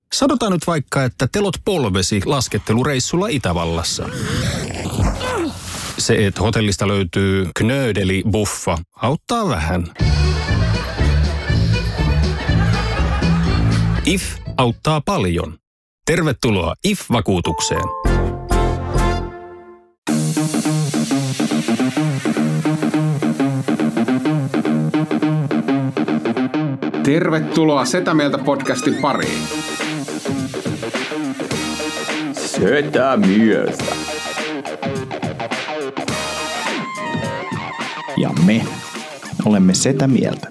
Sanotaan nyt vaikka, että telot polvesi laskettelureissulla Itävallassa. Se, että hotellista löytyy knöydeli-buffa, auttaa vähän. IF auttaa paljon. Tervetuloa IF-vakuutukseen. Tervetuloa Setä Mieltä podcastin pariin. Setä Mieltä. Ja me olemme Setä Mieltä.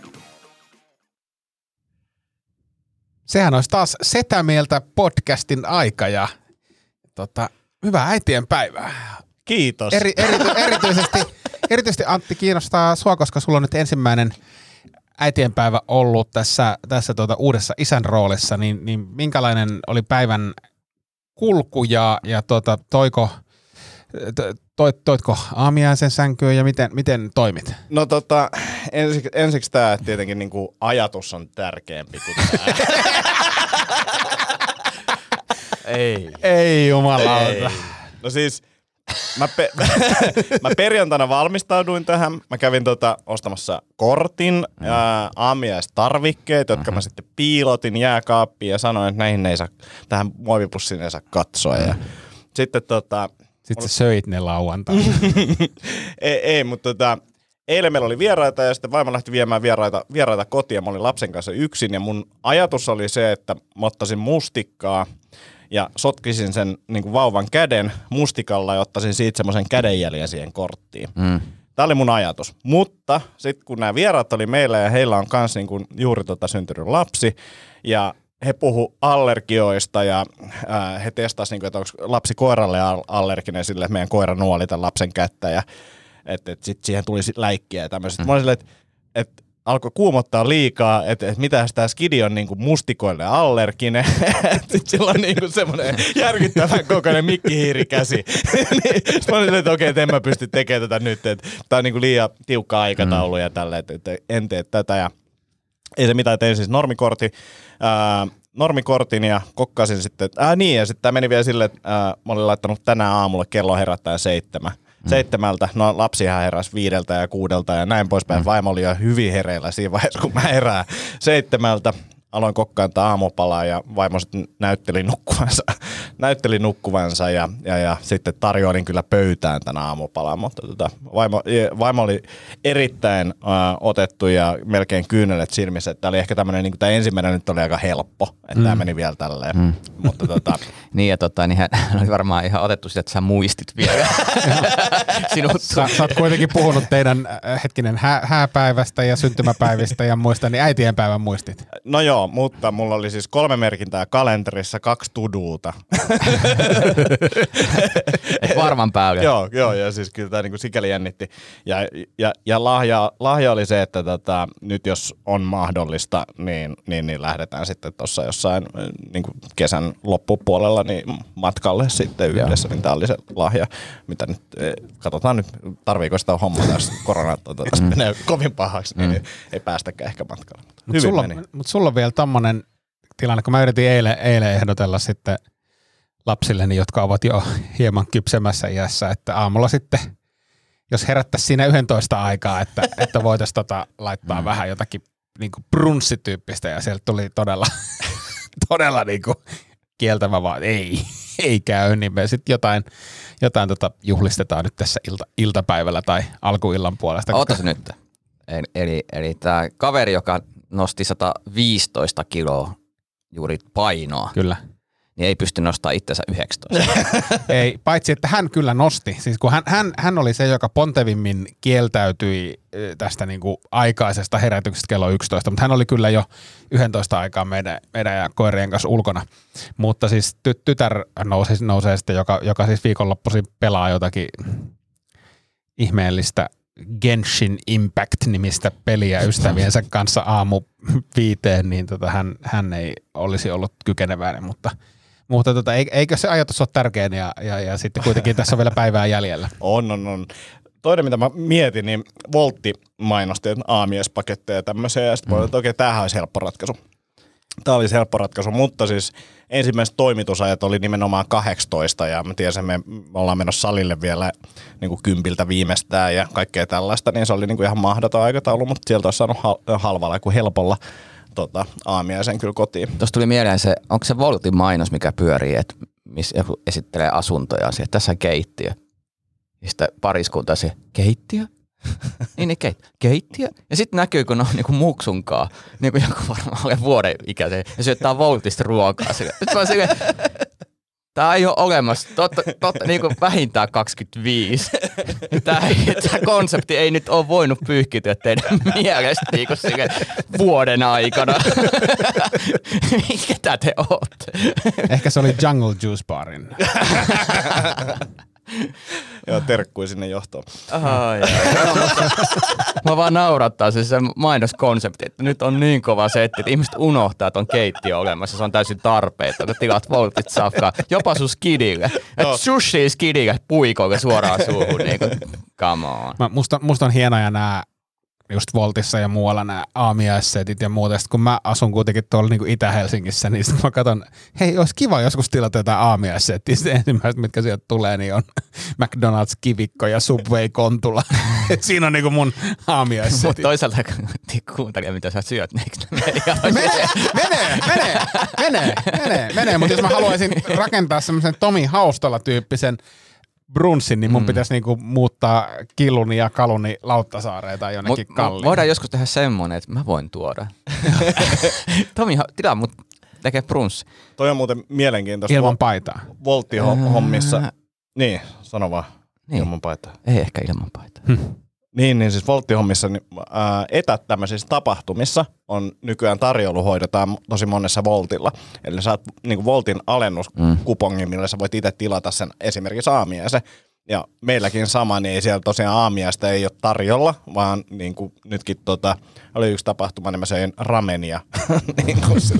Sehän olisi taas Setä Mieltä podcastin aika ja hyvää äitienpäivää. Kiitos. Erityisesti Antti kiinnostaa sua, koska sulla on nyt ensimmäinen äitienpäivä ollut tässä uudessa isän roolissa, niin minkälainen oli päivän kulku ja toitko aamiaisen sänkyyn ja miten toimit? No ensiksi tämä tietenkin niinku ajatus on tärkeämpi kuin tämä. Ei jumalauta. No siis mä perjantaina valmistauduin tähän. Mä kävin ostamassa kortin, aamiaistarvikkeet, jotka mä sitten piilotin jääkaappiin ja sanoin, että näihin ei saa, tähän muovipussiin ei saa katsoa. Ja sitten Sitten sä söit ne lauantaina. ei, mutta eilen meillä oli vieraita ja sitten vaimo lähti viemään vieraita kotiin. Mä olin lapsen kanssa yksin ja mun ajatus oli se, että mä ottaisin mustikkaa ja sotkisin sen niin kuin vauvan käden mustikalla ja ottaisin siitä semmoisen kädenjäljen siihen korttiin. Tämä oli mun ajatus. Mutta sitten kun nämä vieraat oli meillä ja heillä on kans niin kuin juuri syntynyt lapsi ja he puhu allergioista ja he testasivat, niin että onko lapsi koiralle allerginen sille, että meidän koira nuoli tämän lapsen kättä ja että sitten siihen tuli läikkiä ja tämmöiset. Mä olin silleen, että alkoi kuumottaa liikaa, että mitäs tämä skidi on niinku mustikoille allerginen. Sitten sillä on niinku semmoinen järkyttävän kokoinen mikkihiirikäsi. Mä olin, että okei, en mä pysty tekemään tätä nyt. Tämä on niinku liian tiukka aikataulu ja tälleen, että en tee tätä. Ja ei se mitään, tein siis normikortin ja kokkasin sitten. Ja sitten tämä meni vielä silleen, että mä olin laittanut tänään aamulla kello herättäen 7. No lapsihan heräsi 5 ja 6 ja näin poispäin. Vaimo oli jo hyvin hereillä siinä vaiheessa, kun mä herään 7. Aloin kokkaantaa aamupalaa ja vaimo sitten näytteli nukkuvansa ja sitten tarjoilin kyllä pöytään tänä aamupalaa, mutta vaimo oli erittäin otettu ja melkein kyynelet silmissä, että tämä oli ehkä tämmöinen, niin kuin tämä ensimmäinen nyt oli aika helppo, että tämä meni vielä tälleen, mutta Niin ja niin hän oli varmaan ihan otettu sitä, että sä muistit vielä sinut. Sä oot kuitenkin puhunut teidän hääpäivästä ja syntymäpäivistä ja muista, niin äitienpäivän muistit. No joo, mutta mulla oli siis 3 merkintää kalenterissa, 2 tuduuta. Et varman päälle. Joo, ja siis kyllä tämä niinku sikäli jännitti. Ja lahja oli se, että nyt jos on mahdollista, niin lähdetään sitten tuossa jossain niinku kesän loppupuolella niin matkalle sitten yhdessä. Niin tämä oli se lahja, mitä nyt katsotaan nyt, tarviiko sitä hommata, jos korona menee kovin pahaksi, niin ei päästäkään ehkä matkalle. Mutta sulla on vielä tommonen tilanne, kun mä yritin eilen ehdotella sitten lapsilleni, jotka ovat jo hieman kypsemässä iässä, että aamulla sitten, jos herättäisiin siinä 11 aikaa, että voitaisiin laittaa vähän jotakin niinku brunssityyppistä ja sieltä tuli todella niinku kieltävä vaan, ei käy, niin me sitten jotain juhlistetaan nyt tässä iltapäivällä tai alkuillan puolesta. Ootas nyt. Eli tämä kaveri, joka nosti 115 kiloa juuri painoa. Kyllä. Niin ei pysty nostamaan itsensä 19. Ei, paitsi että hän kyllä nosti. Siis kun hän oli se, joka pontevimmin kieltäytyi tästä niinku aikaisesta herätyksestä kello 11, mutta hän oli kyllä jo 11 aikaa meidän ja koirien kanssa ulkona. Mutta siis tytär nousee sitten, joka siis viikonloppuisin pelaa jotakin ihmeellistä Genshin Impact-nimistä peliä ystäviensä kanssa aamu 5, niin hän ei olisi ollut kykeneväinen, mutta eikö se ajatus ole tärkein ja sitten kuitenkin tässä on vielä päivää jäljellä? On. Toinen, mitä mä mietin, niin Voltti mainosti aamiaispaketteja ja tämmöisiä, ja sitten että okei, tämähän olisi helppo ratkaisu. Tämä olisi helppo ratkaisu, mutta siis ensimmäiset toimitusajat oli nimenomaan 18 ja mä tiesin, me ollaan menossa salille vielä niin kuin 10 viimeistään ja kaikkea tällaista, niin se oli niin kuin ihan mahdoton aikataulu, mutta sieltä olisi saanut halvalla kuin helpolla aamiaisen kyllä kotiin. Tuossa tuli mieleen se, onko se Voltin mainos, mikä pyörii, että missä joku esittelee asuntoja, että tässä on keittiö. Ja sitten pariskunta se, keittiö? Niin keittiö. Ja sitten näkyy, kun on niinku muksunkaa, niinku joku varmaan ole vuoden ikäisen, ja syöttää Voltista ruokaa. Nyt mä oon silleen, tää ei ole olemassa, totta niinku vähintään 25. Tää konsepti ei nyt ole voinut pyyhkityä teidän mielestä niinku vuoden aikana. Ketä te ootte? Ehkä se oli Jungle Juice Barin. Joo, terkkui sinne johtoon. Mä vaan naurattaa se mainoskonsepti, että nyt on niin kova setti, että ihmiset unohtaa, että on keittiö olemassa. Se on täysin tarpeeton, kun tilaat Voltit safkaa. Jopa sun skidille. Että sushi skidille puikolle suoraan suuhun. Niin kuin, come on. Musta on hienoja nämä just Voltissa ja muualla nämä aamiaissetit ja muuta. Sitten kun mä asun kuitenkin tuolla niin kuin Itä-Helsingissä, niin sitten mä katson, hei, olisi kiva joskus tilata jotain aamiaissettiä. Sitten ensimmäiset, mitkä sieltä tulee, niin on McDonald's kivikko ja Subway Kontula. Siinä on niin kuin mun aamiaissetit. Mutta toisaalta kuuntelee, mitä sä syöt. Menee. Mutta jos mä haluaisin rakentaa semmoisen Tomi Haustola-tyyppisen brunssin, niin mun pitäisi niinku muuttaa Killuni ja Kaluni Lauttasaareen tai jonnekin kalliin. Voidaan joskus tehdä semmoinen, että mä voin tuoda. Tomi, tilaa mut tekee brunssi. Toi on muuten mielenkiintoista. Ilman paitaa. Voltti-hommissa. Niin, sano vaan. Niin. Ilman paitaa. Ei ehkä ilman paitaa. Niin siis Voltti-hommissa tämmöisissä tapahtumissa on nykyään tarjoulu hoidetaan tosi monessa Voltilla. Eli saat niin Voltin alennuskupongin, millä sä voit itse tilata sen esimerkiksi aamiaisen. Ja meilläkin sama, niin siellä tosiaan aamiaista ei ole tarjolla, vaan niin kuin nytkin oli yksi tapahtuma, niin mä söin ramenia. niin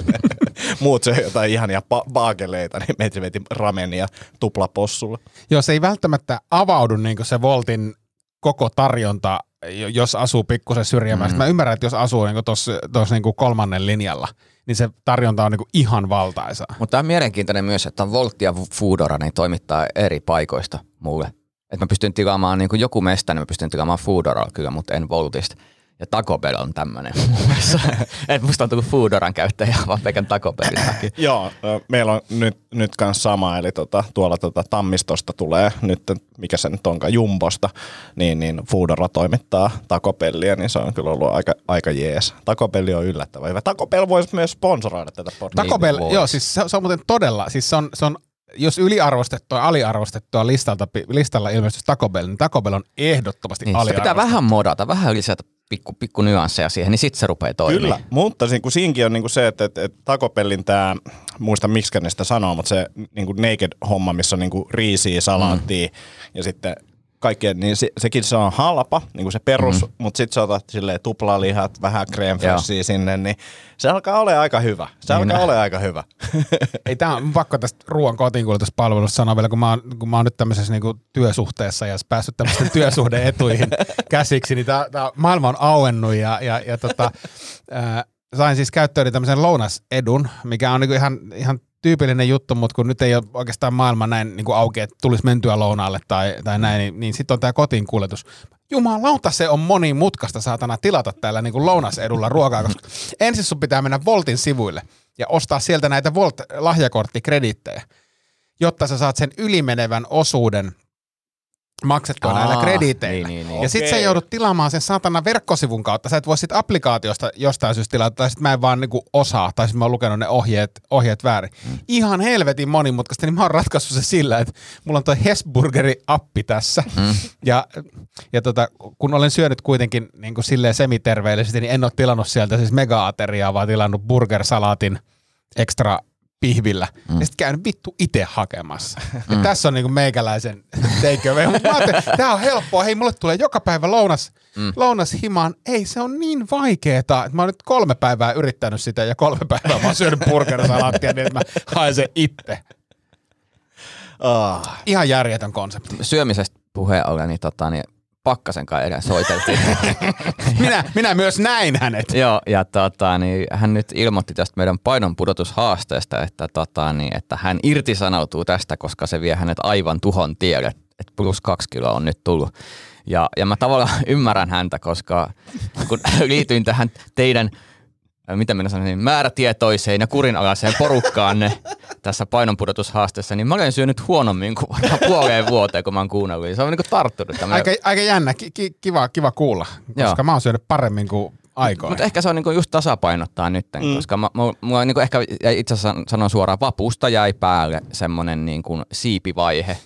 muut söi jotain ihania baakeleita, niin meitä veti ramenia tuplapossulla. Joo, se ei välttämättä avaudu niin kuin se Voltin koko tarjonta, jos asuu pikkusen syrjämässä. Mä ymmärrän, että jos asuu niin tuossa niin kolmannen linjalla, niin se tarjonta on niin kuin ihan valtaisaa. Mutta tämä on mielenkiintoinen myös, että Volt ja Foodora niin toimittaa eri paikoista mulle. Että mä pystyn tilaamaan niin kuin joku mesta, niin mä pystyn tilaamaan Foodoralla kyllä, mutta en Voltista. Ja Taco Bell on tämmöinen mun mielestä. Että musta on tullut Foodoran käyttäjä, vaan pelkän Taco Bellin takia. Joo, meillä on nyt kans sama, eli tuolla Tammistosta tulee nyt, mikä se nyt onkaan, Jumbosta, niin Foodora toimittaa Taco Bellia, niin se on kyllä ollut aika jees. Taco Bell on yllättävän hyvä. Taco Bell voisi myös sponsoroida tätä podcastia. Taco Bell, joo, siis se on muuten todella, siis se on jos yliarvostettua ja aliarvostettua listalla ilmestyisi Taco Bell, niin Taco Bell on ehdottomasti niin, aliarvostettua. Pitää vähän modata, vähän lisätä pikku nyansseja siihen, niin sitten se rupeaa toimimaan. Kyllä, mutta kun siinkin on niinku se, että Taco Bellin tämä, muista miksi ne sitä sanoo, mutta se niinku naked-homma, missä on niinku riisiä, salaattia ja sitten kaikkea, niin sekin se on halpa, niin kuin se perus, mutta sitten sä otat silleen tuplalihat, vähän crème fraîchea sinne, niin se alkaa olemaan aika hyvä. Ei, tää on pakko tästä ruoan kotiinkuljetuspalvelusta sanoa vielä, kun mä oon nyt tämmöisessä niinku työsuhteessa ja päässyt tämmöisten työsuhde-etuihin käsiksi, niin tää maailma on auennut ja sain siis käyttööni tämmöisen lounasedun, mikä on niinku ihan tyypillinen juttu, mutta kun nyt ei ole oikeastaan maailma näin niin kuin auki, että tulisi mentyä lounaalle tai näin, niin sitten on tämä kotiinkuljetus. Jumalauta, se on monimutkaista saatana tilata täällä niin kuin lounasedulla ruokaa, koska ensin sun pitää mennä Voltin sivuille ja ostaa sieltä näitä Volt-lahjakorttikrediittejä, jotta sä saat sen ylimenevän osuuden maksettua näillä krediiteillä. Niin. Ja sit sä joudut tilaamaan sen saatana verkkosivun kautta. Sä et voi sit applikaatiosta jostain syystä tilata, tai sit mä en vaan niinku osaa, tai sit mä oon lukenut ne ohjeet väärin. Ihan helvetin monimutkaista, niin mä oon ratkaissut se sillä, että mulla on toi Hesburgeri-appi tässä. Ja kun olen syönyt kuitenkin niinku silleen semiterveellisesti, niin en oo tilannut sieltä siis mega-ateriaa, vaan tilannut burgersalaatin ekstra pihvillä. Ja sitten käynyt vittu itse hakemassa. Ja tässä on niinku meikäläisen takeaway. Mutta mä ajattelin, tää on helppoa. Hei, mulle tulee joka päivä lounas himaan. Ei, se on niin vaikeeta. Mä oon nyt 3 päivää yrittänyt sitä ja 3 päivää mä oon syönyt burgersalaattia niin, että mä haen sen itse. Ihan järjetön konsepti. Syömisestä puheen ollen, niin Pakkasen kanssa edellä soiteltiin. minä myös näin hänet. Joo, ja niin hän nyt ilmoitti tästä meidän painonpudotushaasteesta, että hän irtisanoutuu tästä, koska se vie hänet aivan tuhon tielle, että plus 2 kiloa on nyt tullut. Ja mä tavallaan ymmärrän häntä, koska kun liityin tähän teidän, mitä minä sanoin, määrätietoiseen ja kurinalaiseen porukkaanne tässä painonpudotushaasteessa, niin mä olen syönyt huonommin kuin puoleen vuoteen, kun mä oon kuunnellut. Se on niin kuin tarttunut. Aika jännä, kiva kuulla, koska mä oon syönyt paremmin kuin aikoina. Mutta ehkä se on niinku just tasapainottaa nyt, koska mulla niinku ehkä itse asiassa sanon suoraan, vapusta jäi päälle semmonen niinku siipivaihe.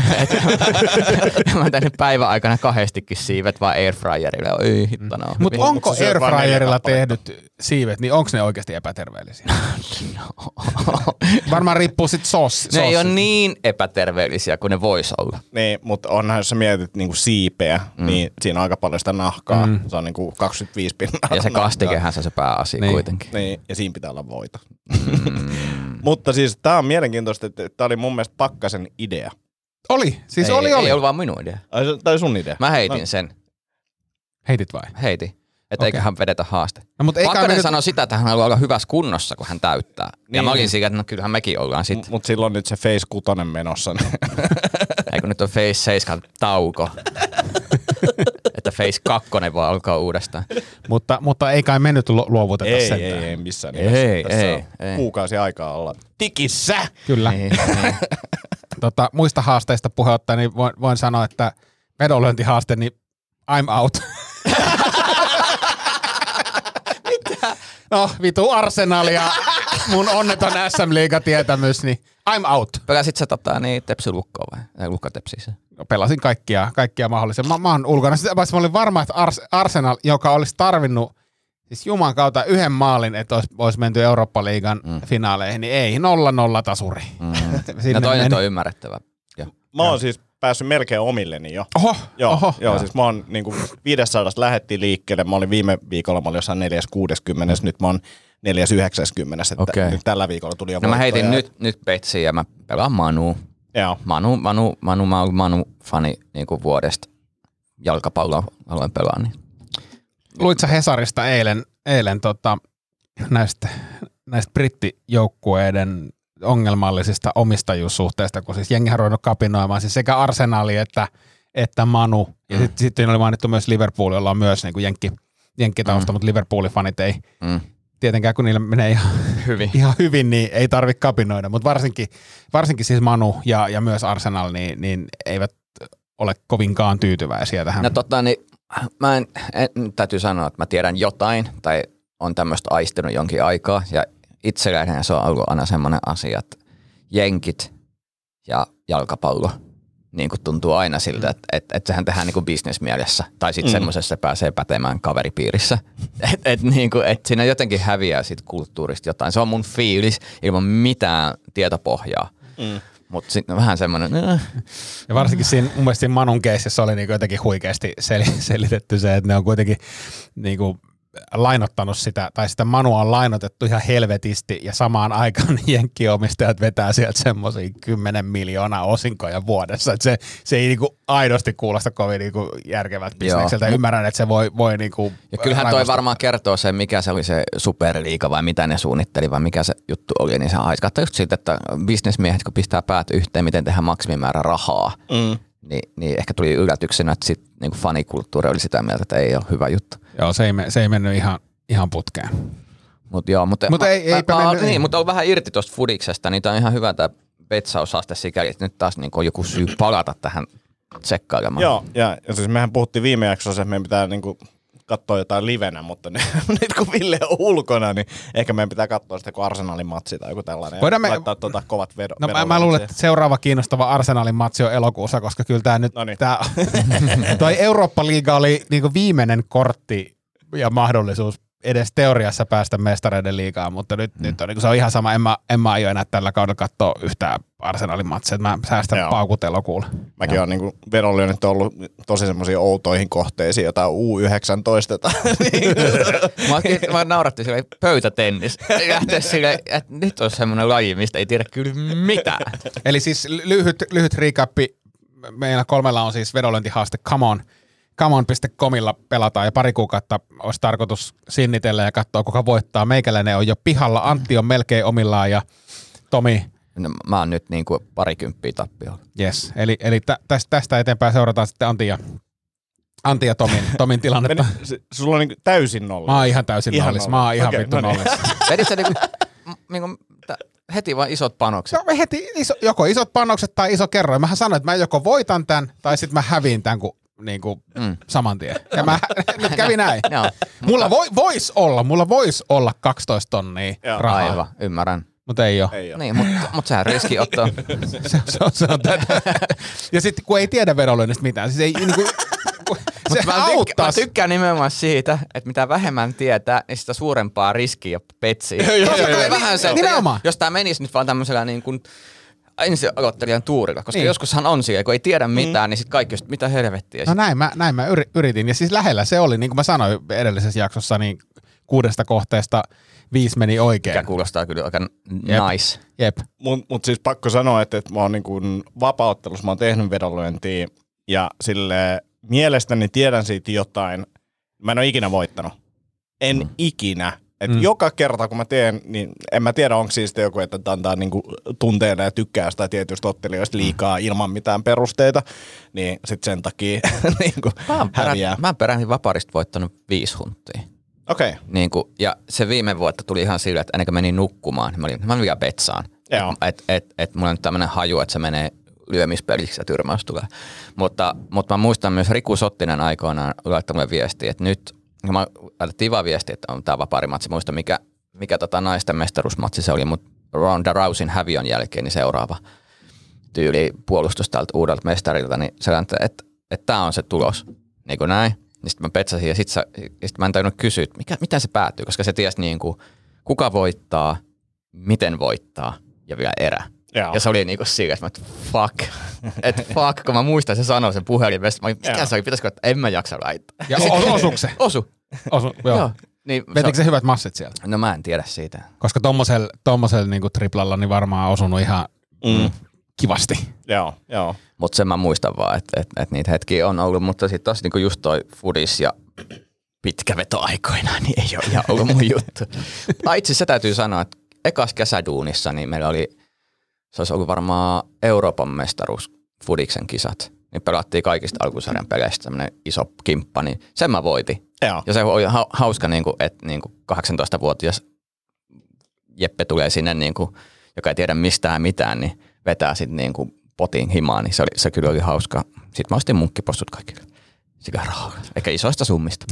Mä oon tehnyt päivän aikana 2 siivet vaan airfryerille. Oi hittana. Mutta onko airfryerilla tehdyt siivet, niin onko ne oikeasti epäterveellisiä? No. Varmaan riippuu sit Ne ei ole niin epäterveellisiä kuin ne vois olla. Niin, mutta onhan jos sä mietit niinku siipeä, niin siinä on aika paljon sitä nahkaa. Se on niinku 25 pinnaa. Ja se kastikehän se pääasia niin. kuitenkin. Niin, ja siinä pitää olla voita. Mutta siis tää on mielenkiintoista, että tää oli mun mielestä Pakkasen idea. Oli, siis Ei oli. ollut vaan minun idea. Tai sun idea. Mä heitin sen. Heitit vai? Heitin. Että Okei. eiköhän vedetä haaste. No, mutta Pakkanen sanoi sitä, että hän haluaa olla hyvässä kunnossa, kun hän täyttää. Ja Niin. mä olin siinä, että no kyllähän mekin ollaan sit. Mutta silloin nyt se Face 6 menossa. Niin. Eikö nyt on Face 7 tauko. Että Face 2 vaan alkaa uudestaan. Mutta ei kai me nyt luovuteta sen. Ei missään nimessä. Ei, Tässä ei, on ei. kuukausi aikaa olla tikissä. Kyllä. Niin. Muista haasteista puheenjohtaja, niin voin sanoa, että vedonlyöntihaaste, niin I'm out. Mitä? No, vitu Arsenal ja mun onneton SM-liigatietämys, niin I'm out. Pelasit sä tepsilukkoa vai? Lukkatepsissä? Pelasin kaikkia mahdollisia. Mä oon ulkona. Sitten mä olin varma, että Arsenal, joka olisi tarvinnut siis Juman kautta yhden maalin, että olisi menty Eurooppa-liigan finaaleihin, niin ei, 0-0 tasuri. No toinen on ymmärrettävä. Mä oon siis päässyt melkein omilleni jo. Oho. Joo, siis mä oon niinku 500 lähettiin liikkeelle. Mä olin viime viikolla, mä olin jossain 460, nyt mä oon 490, että Okei. nyt tällä viikolla tuli jo No mä heitin voittoja. nyt Betsiin ja mä pelaan Manu. Joo. Manu-fani niinku vuodesta jalkapalloa aloin pelaa. Niin. Luit sä Hesarista eilen näistä brittijoukkueiden ongelmallisista omistajuussuhteista, kun siis jengihän on ruvennut kapinoimaan siis sekä Arsenali että Manu. Ja sitten oli mainittu myös Liverpool, jolla on myös niinku jenkkitausta, mutta Liverpoolin fanit ei tietenkään, kun niillä menee ihan hyvin, niin ei tarvitse kapinoida. Mutta varsinkin siis Manu ja myös Arsenal, niin eivät ole kovinkaan tyytyväisiä tähän. No niin mä täytyy sanoa, että mä tiedän jotain tai on tämmöistä aistinut jonkin aikaa ja itselleen se on ollut aina semmoinen asia, että jenkit ja jalkapallo niin kuin tuntuu aina siltä, että sehän tehdään niin kuin bisnesmielessä tai sitten semmoisessa pääsee pätemään kaveripiirissä. Että siinä jotenkin häviää siitä kulttuurista jotain. Se on mun fiilis ilman mitään tietopohjaa. Mutta sitten vähän semmoinen. Ja varsinkin siinä, mun mielestä siinä Manun keississä oli niinku jotenkin huikeasti selitetty se, että ne on kuitenkin niinku lainottanut sitä, tai sitä Manua on lainotettu ihan helvetisti, ja samaan aikaan jenkkiomistajat vetää sieltä semmoisia 10 miljoonaa osinkoja vuodessa, että se ei niinku aidosti kuulosta kovin niinku järkevältä bisnekseltä. Ymmärrän, että se voi niinku. Ja kyllähän toi varmaan kertoo sen, mikä se oli se superliiga vai mitä ne suunnitteli vai mikä se juttu oli, niin se haiskattaa just siitä, että bisnesmiehet kun pistää päät yhteen, miten tehdään maksimimäärä rahaa, niin ehkä tuli yllätyksenä, että sit niinku fanikulttuuri oli sitä mieltä, että ei ole hyvä juttu. Joo, se ei mennyt ihan putkeen. Mutta ei mutta on vähän irti tuosta fudiksesta, niin tää on ihan hyvä tää betsausaste sikäli, että nyt taas niinku on joku syy palata tähän tsekkailemaan. Joo, ja siis mehän puhuttiin viime jaksossa, että meidän pitää niinku katsoa jotain livenä, mutta nyt kun Ville on ulkona, niin ehkä meidän pitää katsoa sitä, kun Arsenalin matsi tai joku tällainen. Voidaan ja laittaa kovat vedot. No mä luulen, että seuraava kiinnostava Arsenalin matsi on elokuussa, koska kyllä tää nyt, toi Eurooppa-liiga oli niinku viimeinen kortti ja mahdollisuus edes teoriassa päästä mestareiden liigaan, mutta nyt on, niin se on ihan sama, en mä aio enää tällä kaudella katsoa yhtään Arsenalin matseja, mä säästän paukut elokuulla. Mäkin olen niin vedonlyönnit ollut tosi semmoisiin outoihin kohteisiin, jotain U19. Mä naurattiin silleen pöytätennis. Lähtee silleen, että nyt on semmoinen laji, mistä ei tiedä kyllä mitään. Eli siis lyhyt recappi. Meillä 3 on siis vedonlyöntihaaste Come On comeon.comilla pelataan ja pari kuukautta olisi tarkoitus sinnitellä ja katsoa, kuka voittaa. Meikäläinen on jo pihalla, Antti on melkein omillaan ja Tomi. No, mä oon nyt niinku 20 tappiolla. Yes, eli tästä eteenpäin seurataan sitten Antti ja Tomin tilannetta. Sulla on niinku täysin nolla. Mä oon ihan täysin nollis. Mä oon ihan vittu nollis. Vedit sä niinku heti vaan isot panokset? No heti joko isot panokset tai iso kerroin. Mähän sanoin, että mä joko voitan tämän tai sitten mä häviin tämän niinku saman tien. Ja mä nyt kävi näin. Joo. Mulla vois olla 12 tonnia rahaa. Aivan, ymmärrän. Mutta ei oo. Niin, mutta sehän riski ottaa. se on tätä. Ja sitten kun ei tiedä vedonlyönnistä mitään, siis ei niinku... Se mä tykkään nimenomaan siitä, että mitä vähemmän tietää, niin sitä suurempaa riskiä petsii. Vähän se, jos tää menisi nyt vaan tämmöisellä niin kuin ensin aloittelijan tuurilla, koska joskushan on siellä, kun ei tiedä mitään, niin sitten kaikki just, mitä helvettiä. No näin mä yritin. Ja siis lähellä se oli, niin kuin mä sanoin edellisessä jaksossa, niin 6 kohteesta 5 meni oikein. Mikä kuulostaa kyllä aika nice. Jep. Mut siis pakko sanoa, että mä oon niin kuin vapauttelussa, mä oon tehnyt vedonlyöntiä ja silleen mielestäni tiedän siitä jotain. Mä en ole ikinä voittanut. En ikinä. Joka kerta, kun mä teen, niin en mä tiedä, onko siis joku, että antaa niinku tunteena ja tykkää jostain tietystä ottelijoista liikaa ilman mitään perusteita, niin sit sen takia niinku häviää. Mä oon peräisin vaparista voittanut 5 hunttia. Okei. Okay. Niinku, ja se viime vuotta tuli ihan sillä, että ennen kuin menin nukkumaan, niin mä olin vielä betsaan. Et mulla on nyt tämmönen haju, että se menee lyömispeliksi ja tyrmäys tulee. Mutta mä muistan myös Riku Sottinen aikoinaan laittaa mulle viestiä, että nyt, mä laitettiin vaan viestiä, että on tää vaparimatsi, muista mikä naisten mestaruusmatsi se oli, mutta Ronda Rouseyn häviön jälkeen niin seuraava tyyli puolustus tältä uudelta mestarilta, niin se läntä, että tää on se tulos, niin kuin näin. Niin sitten mä petsasin ja sit mä en tajunnut kysyä, että miten se päättyy, koska se tiesi niin kuin, kuka voittaa, miten voittaa ja vielä erä. Joo. Ja se oli niinku sillä, että fuck, kun mä muistan, se sanoi sen puhelimesta. Mikä se oli, pitäisikö, että en mä jaksa laittaa. Ja osuuko se? Osu, joo. Niin, vetikö se hyvät massit sieltä? No mä en tiedä siitä. Koska tommosella niinku triplalla niin varmaan osunut ihan kivasti. Joo. Mutta sen mä muistan vaan, että niitä hetkiä on ollut, mutta sitten tossa niinku just toi fudis ja pitkä veto aikoinaan, niin ei ole ihan ollut mun juttu. Itse se täytyy sanoa, että ekas kesäduunissa niin meillä oli, se olisi ollut varmaan Euroopan mestaruus Fudiksen kisat. Niin pelattiin kaikista alkusarjan peleistä tämmöinen iso kimppa, niin sen mä voitin. Joo. Ja se oli hauska, että 18-vuotias Jeppe tulee sinne, joka ei tiedä mistään mitään, niin vetää sitten potin himaan, niin se kyllä oli hauska. Sitten mä ostin munkkipossut kaikille. Sikä rahaa, eikä isoista summista.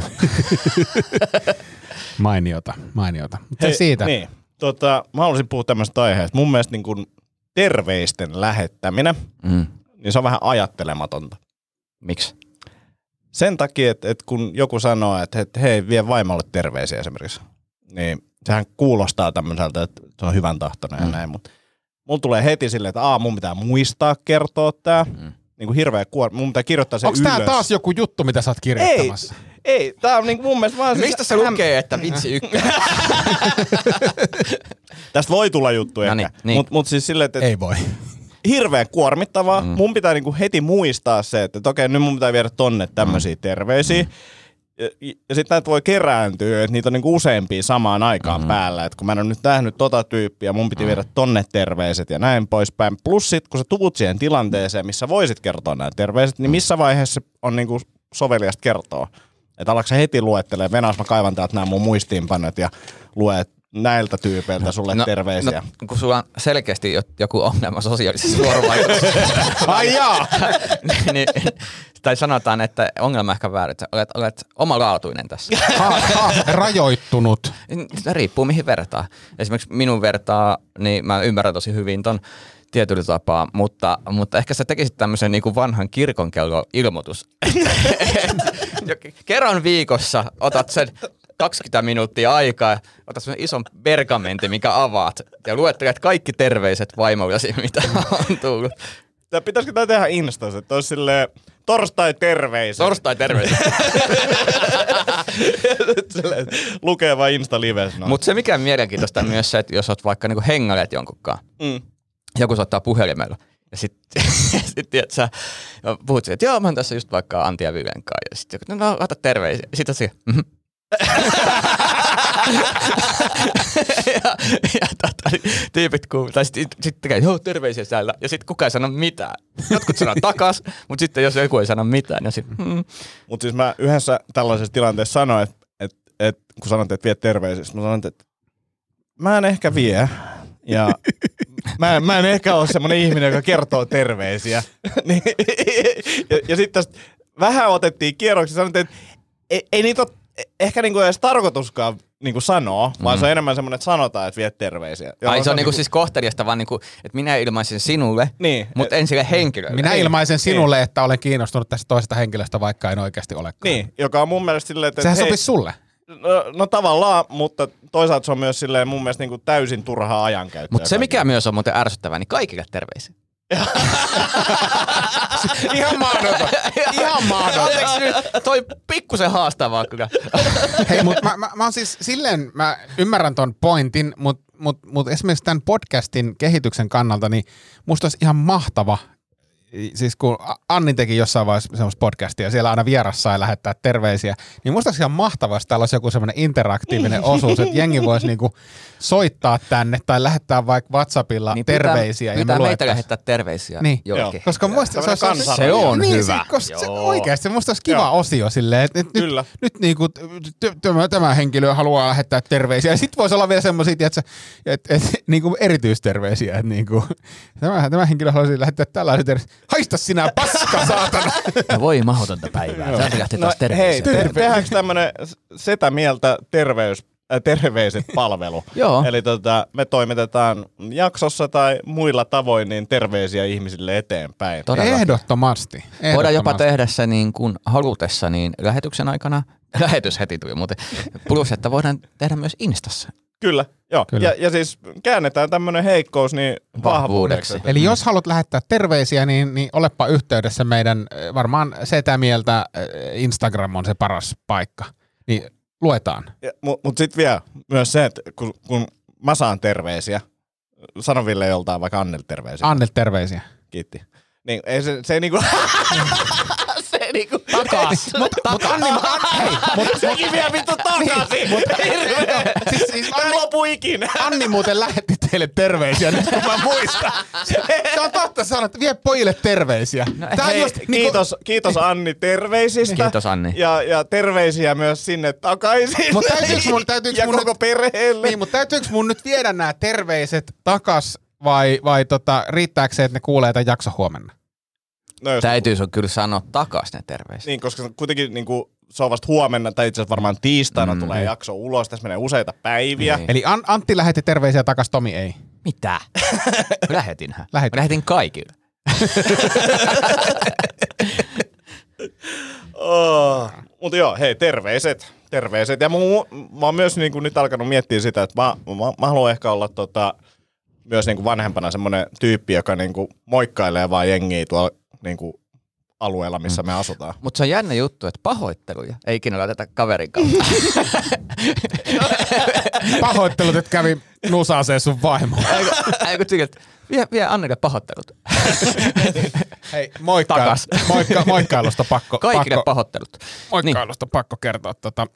Mainiota. Mutta siitä. Niin. Mä haluaisin puhua tämmöistä aiheesta. Mun mielestä niin terveisten lähettäminen, niin se on vähän ajattelematonta. Miksi? Sen takia, että kun joku sanoo, että hei, vie vaimolle terveisiä esimerkiksi, niin sehän kuulostaa tämmöiseltä, että se on hyvän tahtoinen ja näin, mutta mulla tulee heti silleen, että mun pitää muistaa kertoa tää. Niin kuin hirveä kuorma. Mun pitää kirjoittaa se ylös. Onko tää taas joku juttu, mitä sä oot kirjoittamassa? Ei, tää on mun mielestä vaan... Mistä se lukee, että vitsi ykkönen? Tästä voi tulla juttu ehkä. Niin. Mut siis silleen, että... Ei voi. Hirveän kuormittavaa. Mun pitää niinku heti muistaa se, että okei, nyt mun pitää viedä tonne tämmöisiä terveisiä. Ja sitten näitä voi kerääntyä, että niitä on niinku useampia samaan aikaan päällä. Että kun mä en ole nyt nähnyt tota tyyppiä, mun piti viedä tonne terveiset ja näin poispäin. Plus sit, kun sä tuut siihen tilanteeseen, missä voisit kertoa nämä terveiset, niin missä vaiheessa on niinku soveliasta kertoa? Että alatko sä heti luettelee, Venäas mä kaivan täältä nämä mun muistiinpanot ja luet näiltä tyypeiltä sulle terveisiä. No, kun sulla on selkeästi joku ongelma sosiaalisessa vuorovaikutuksessa. Ai jaa! Tai sanotaan, että ongelma ehkä väärin, että olet omalaatuinen tässä. Rajoittunut. Riippuu mihin vertaa. Esimerkiksi minun vertaa, niin mä ymmärrän tosi hyvin ton tietyllä tapaa, mutta ehkä sä tekisit tämmöisen niin kuin vanhan kirkonkello-ilmoitus. Kerran viikossa otat sen 20 minuuttia aikaa, otat semmoinen ison pergamentin, mikä avaat ja luettelet kaikki terveiset vaimollesi, mitä on tullut. Pitäisikö tämä tehdä Instassa, että olisi silleen torstai-terveiset. Lukee vaan Insta-lives. Mutta se mikä on mielenkiintoista myös se, että jos oot vaikka niinku hengailet jonkunkaan, joku soittaa puhelimella, Ja sitten sä puhut siihen, että joo, mä oon tässä just vaikka Antti ja Vilen kanssa. Ja sitten no, ota terveisiä. Ja sitten tyypit kuuluu, tai sitten tekee, joo, terveisiä täällä, ja sitten kukaan ei sano mitään. Jotkut sanoo takas, mutta sitten jos joku ei sano mitään, niin sitten Mutta siis mä yhdessä tällaisessa tilanteessa sanoin, että kun sanoit, että vie terveisiä, mä sanoin, että mä en ehkä vie, ja mä en ehkä ole semmoinen ihminen, joka kertoo terveisiä. ja sitten tästä vähän otettiin kierroksi, sanoin, että ei niitä ole ehkä niinku edes tarkoituskaan niinku sanoa, vaan se on enemmän semmoinen, että sanotaan, että vie terveisiä. Ai se on niinku siis kohteliasta vaan niinku, että minä ilmaisen sinulle, niin, mutta en sille henkilölle. Minä ilmaisen sinulle, että olen kiinnostunut tästä toisesta henkilöstä, vaikka en oikeasti olekaan. Niin, joka on mun mielestä silleen, että sehän sopisi sulle. No tavallaan, mutta toisaalta se on myös silleen mun mielestä niinku täysin turhaa ajankäyttöä. Mutta se mikä myös on muuten ärsyttävää, niin kaikille terveisiä. Ihan mahdoton. Ihan mahdoton. Anteeksi nyt, toi pikkusen haastavaa kyllä. Hei, mutta mä oon siis silleen, mä ymmärrän ton pointin, mutta esimerkiksi tämän podcastin kehityksen kannalta, niin musta olisi ihan mahtava, siis kun Anni teki jossain vaiheessa semmoista podcastia, siellä aina vieras sai lähettää terveisiä, niin musta olisi ihan mahtavaa, jos täällä olisi joku semmoinen interaktiivinen osuus, että jengi voisi niinku soittaa tänne tai lähettää vaikka WhatsAppilla niin terveisiä. Pitää meitä lähettää terveisiä niin. jollekin. Koska musta se on niin, hyvä. Se oikeasti musta olisi kiva osio silleen, että nyt niinku tämä henkilö haluaa lähettää terveisiä. Ja sit voisi olla vielä semmoisia, että niinku erityisterveisiä, että niinku tämä henkilö haluaisi lähettää tällaisia terveisiä. Haista sinä paska, saatana! No voi mahdotonta päivää. Sä lähti taas terveisiä. Hei, tehdäänkö tämmönen setä mieltä terveiset palvelu? Joo. Eli me toimitetaan jaksossa tai muilla tavoin niin terveisiä ihmisille eteenpäin. Ehdottomasti. Voidaan jopa tehdä se niin kuin halutessa niin lähetyksen aikana. Lähetys heti tuli muuten. Plus, että voidaan tehdä myös Instassa. Kyllä, joo. Kyllä. Ja siis käännetään tämmönen heikkous niin vahvuudeksi. Eli jos haluat lähettää terveisiä, niin olepa yhteydessä meidän, varmaan sitä mieltä Instagram on se paras paikka. Niin luetaan. Mutta sitten vielä myös se, että kun mä saan terveisiä, sano Ville joltain vaikka Annel terveisiä. Annel terveisiä. Kiitti. Niin, ei se niinku... se niinku... Takas. Mut Anni, hei. Sekin vielä vittu takaisin. Siis lopu ikinä. Anni muuten lähetti teille terveisiä, nyt kun mä muistan. Se on totta sanoa, että vie pojille terveisiä. No, hei, just, kiitos Anni terveisistä. Kiitos Anni. Ja terveisiä myös sinne takaisin. Mut täytyykö mun koko perheelle. Niin, mutta täytyykö mun nyt viedä nämä terveiset takas vai riittääkö se, että ne kuulee tämän jakson huomenna? No, täytyy sun kyllä sanoa takas ne terveiset. Niin, koska kuitenkin niinku, se on vasta huomenna, tai itse asiassa varmaan tiistaina tulee jakso ulos. Tässä menee useita päiviä. Niin. Eli Antti lähetti terveisiä takas, Tomi ei. Mitä? Lähetinhän. Lähetin kaikille. Mutta joo, hei, terveiset. Ja mä oon myös niinku nyt alkanut miettiä sitä, että mä haluan ehkä olla myös niinku vanhempana semmoinen tyyppi, joka niinku moikkailee vaan jengiä tuolla niinku alueella, missä me asutaan. Mutta se on jännä juttu, että pahoitteluja ei ikinä laiteta kaverin kautta. Pahoittelut, että kävi nusaaseen sun vaimo. Eikö tyydet, vie Annelle pahoittelut. Hei, moikkailusta pakko. Kaikille pahoittelut. Moikkailusta pakko kertoa.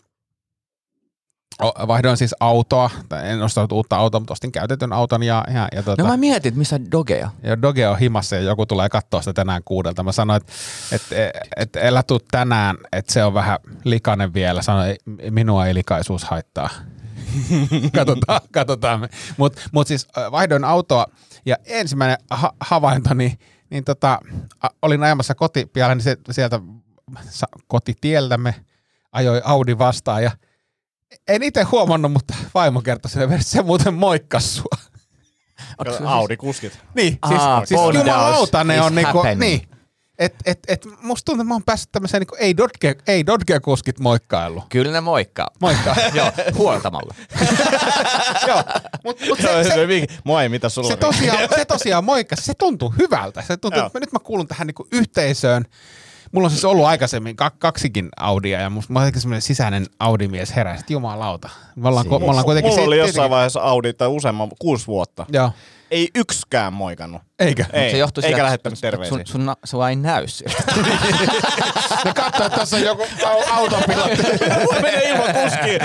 Vaihdoin siis autoa, en ostanut uutta autoa, mutta ostin käytetyn auton. No mä mietin, missä Dogea? Ja Doge on himassa ja joku tulee katsoa sitä tänään 6. Mä sanoin, että älä tuu tänään, että se on vähän likainen vielä. Sanoin, minua ei likaisuus haittaa. Katsotaan. Mut siis vaihdoin autoa ja ensimmäinen havainto, niin olin ajamassa kotipialle, niin sieltä kotitieltämme ajoi Audi vastaan ja en itse huomannut, mutta vaimo kertoi sen, se muuten moikkasi sua. Audi-kuskit. Niin, siis jumalauta ne on niinku, niin. Musta tuntuu, että mä oon päässyt tämmöiseen niinku ei Dodge-kuskit moikkailu. Kyllä ne moikkaa. Joo, huoltamalla. Joo, mut moi, mitä sulla se tosiaan moikkasi, se tuntui hyvältä. Se tuntui, että nyt mä kuulun tähän niinku yhteisöön. mulla on siis ollut aikaisemmin kaksikin Audia ja mulla on semmoinen sisäinen Audi-mies heräsi, että jumalauta. Me ollaan kuitenkin... Mulla oli jossain vaiheessa Audi tai useamman 6 vuotta. Joo. Ei yksikään moikannut. Eikä? Ei, se johtui eikä siitä, lähettänyt terveisiä. Sua ei näy sieltä. Ne katsoo, että tässä on joku autopilotti. Menee ilman kuskia.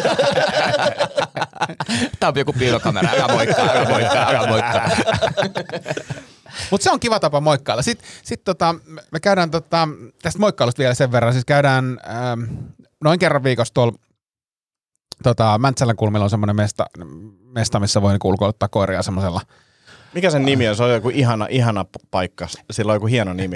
Tää on joku piilokamera. Älä moikkaa. Mutta se on kiva tapa moikkailla. Sitten me käydään tästä moikkailusta vielä sen verran. Siis käydään noin kerran viikossa tuolla Mäntsälän kulmilla on semmoinen mesta, missä voi ulkoiluttaa koiria semmoisella. Mikä sen nimi on? Se on joku ihana paikka. Sillä on joku hieno nimi.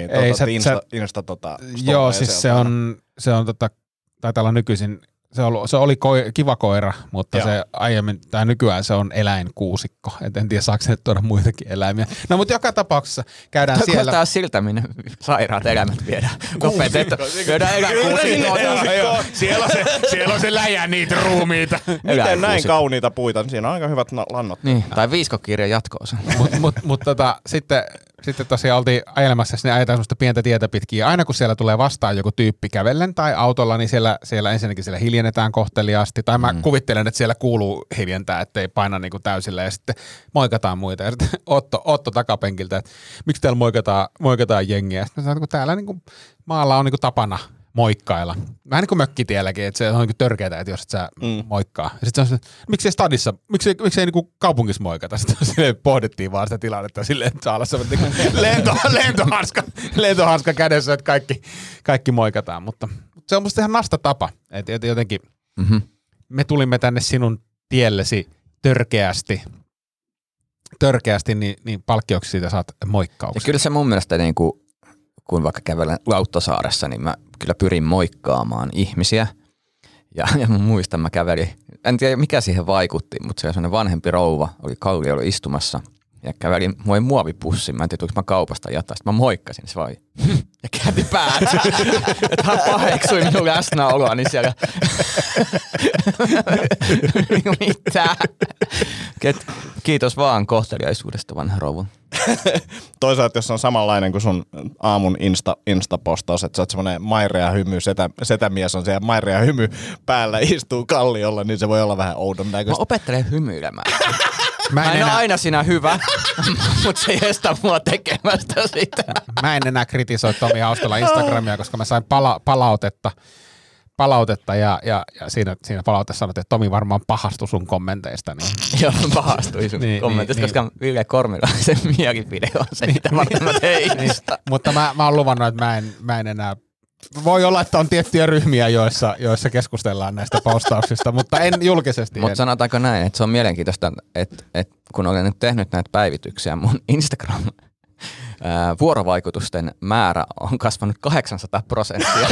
Joo, siis se on taitaa olla nykyisin, se oli kiva koira, mutta se aiemmin, tai nykyään se on eläinkuusikko. Et en tiedä, saako se tuoda muitakin eläimiä. No, mutta joka tapauksessa käydään siellä. Kuulostaa siltä, minne sairaat eläimet viedään. Viedään eläinkuusikkoon. Siellä on se läjä niitä ruumiita. Miten näin kauniita puita? Siinä on aika hyvät lannot. Niin, tai viiskokirjan jatkoosa. Mutta sitten tosiaan oltiin ajelemassa, sinne ajetaan semmoista pientä tietä pitkin. Ja aina kun siellä tulee vastaan joku tyyppi kävellen tai autolla, niin siellä ensinnäkin siellä hiljennetään kohteliaasti. Tai mä kuvittelen, että siellä kuuluu hiljentää, ettei paina niinku täysillä. Ja sitten moikataan muita. Ja sitten Otto takapenkiltä, että miksi täällä moikataan jengiä. Sitten sanoin, kun täällä niinku maalla on niinku tapana moikkailla. Vähän niin kuin mökkitielläkin, että se on niin törkeätä, että jos et sä moikkaa. Ja sitten se on miksei stadissa, miksei niin kaupungissa moikata. Sitten silleen pohdittiin vaan sitä tilannetta silleen, että saa olla se lentohanska kädessä, että kaikki moikataan. Mutta se on musta ihan nasta tapa, että jotenkin me tulimme tänne sinun tiellesi törkeästi niin palkkioksi siitä saat moikkauksia. Ja kyllä se mun mielestä niin kuin kun vaikka kävelen Lauttasaaressa, niin mä kyllä pyrin moikkaamaan ihmisiä. Ja mä muistan, mä kävelin, en tiedä mikä siihen vaikutti, mutta se oli sellainen vanhempi rouva, kalliolla istumassa ja kävelin muovipussin. Mä en tiedä, mä kaupasta jotain. Sitten mä moikkasin, se vaan ja käänti päät. Että hän paheksui minun läsnäoloa, niin siellä mitä? Kiitos vaan kohteliaisuudesta, vanha rouva. Toisaalta, jos on samanlainen kuin sun aamun Insta-postaus, että sä oot semmoinen mairea hymy, setämies on siellä mairea hymy päällä, istuu kalliolla, niin se voi olla vähän oudon näköistä. Mä opettelen hymyilemään. Mä en ole aina siinä hyvä, mutta se ei estä mua tekemästä sitä. Mä en enää kritisoi Tomi Haustalla Instagramia, koska mä sain palautetta ja siinä palautteessa sanottiin, että Tomi varmaan pahastui sun kommenteista. Niin. Joo, pahastui sun kommenteista, koska Ville Kormilaisen mielipide on se, mitä varten mä tein. Mutta mä oon luvannut, että mä en enää. Voi olla, että on tiettyjä ryhmiä, joissa keskustellaan näistä postauksista, mutta en julkisesti. Mutta sanotaanko näin, että se on mielenkiintoista, että kun olen nyt tehnyt näitä päivityksiä, mun Instagram vuorovaikutusten määrä on kasvanut 800%.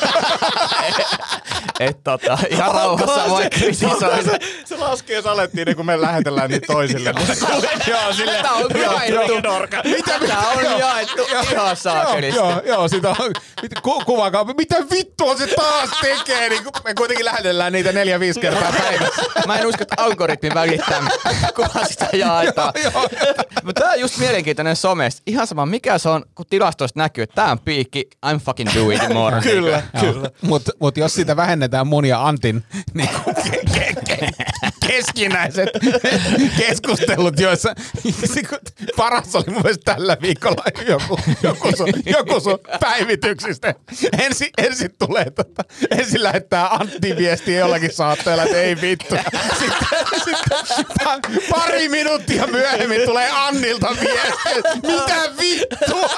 Ihan rauhassa voi kritisoida. Se laskee salettiin, niin kun me lähetellään niitä toisille. Joo, silleen. Tätä on jaettu. Tätä on jaettu ihan saakelisti. Joo, sitä on. Kuvakaa, mitä vittua se taas tekee? Niin me kuitenkin lähetellään niitä 4-5 kertaa päivässä. Mä en usko, että algoritmi välittää, kun sitä jaetaan. Mutta tää on just mielenkiintoinen somesta. Ihan sama, mikä se on, kun tilastoista näkyy, että tää on piikki, I'm fucking do it more. Kyllä. Mutta jos sitä vähennetään mun ja Antin niin keskinäiset keskustelut, joissa paras oli mun mielestä tällä viikolla joku sun päivityksistä. Ensin tulee ensin lähettää Antti viestiä jollakin saatteella, että ei vittu. Sitten pari minuuttia myöhemmin tulee Annilta viestiä, mitä vittua?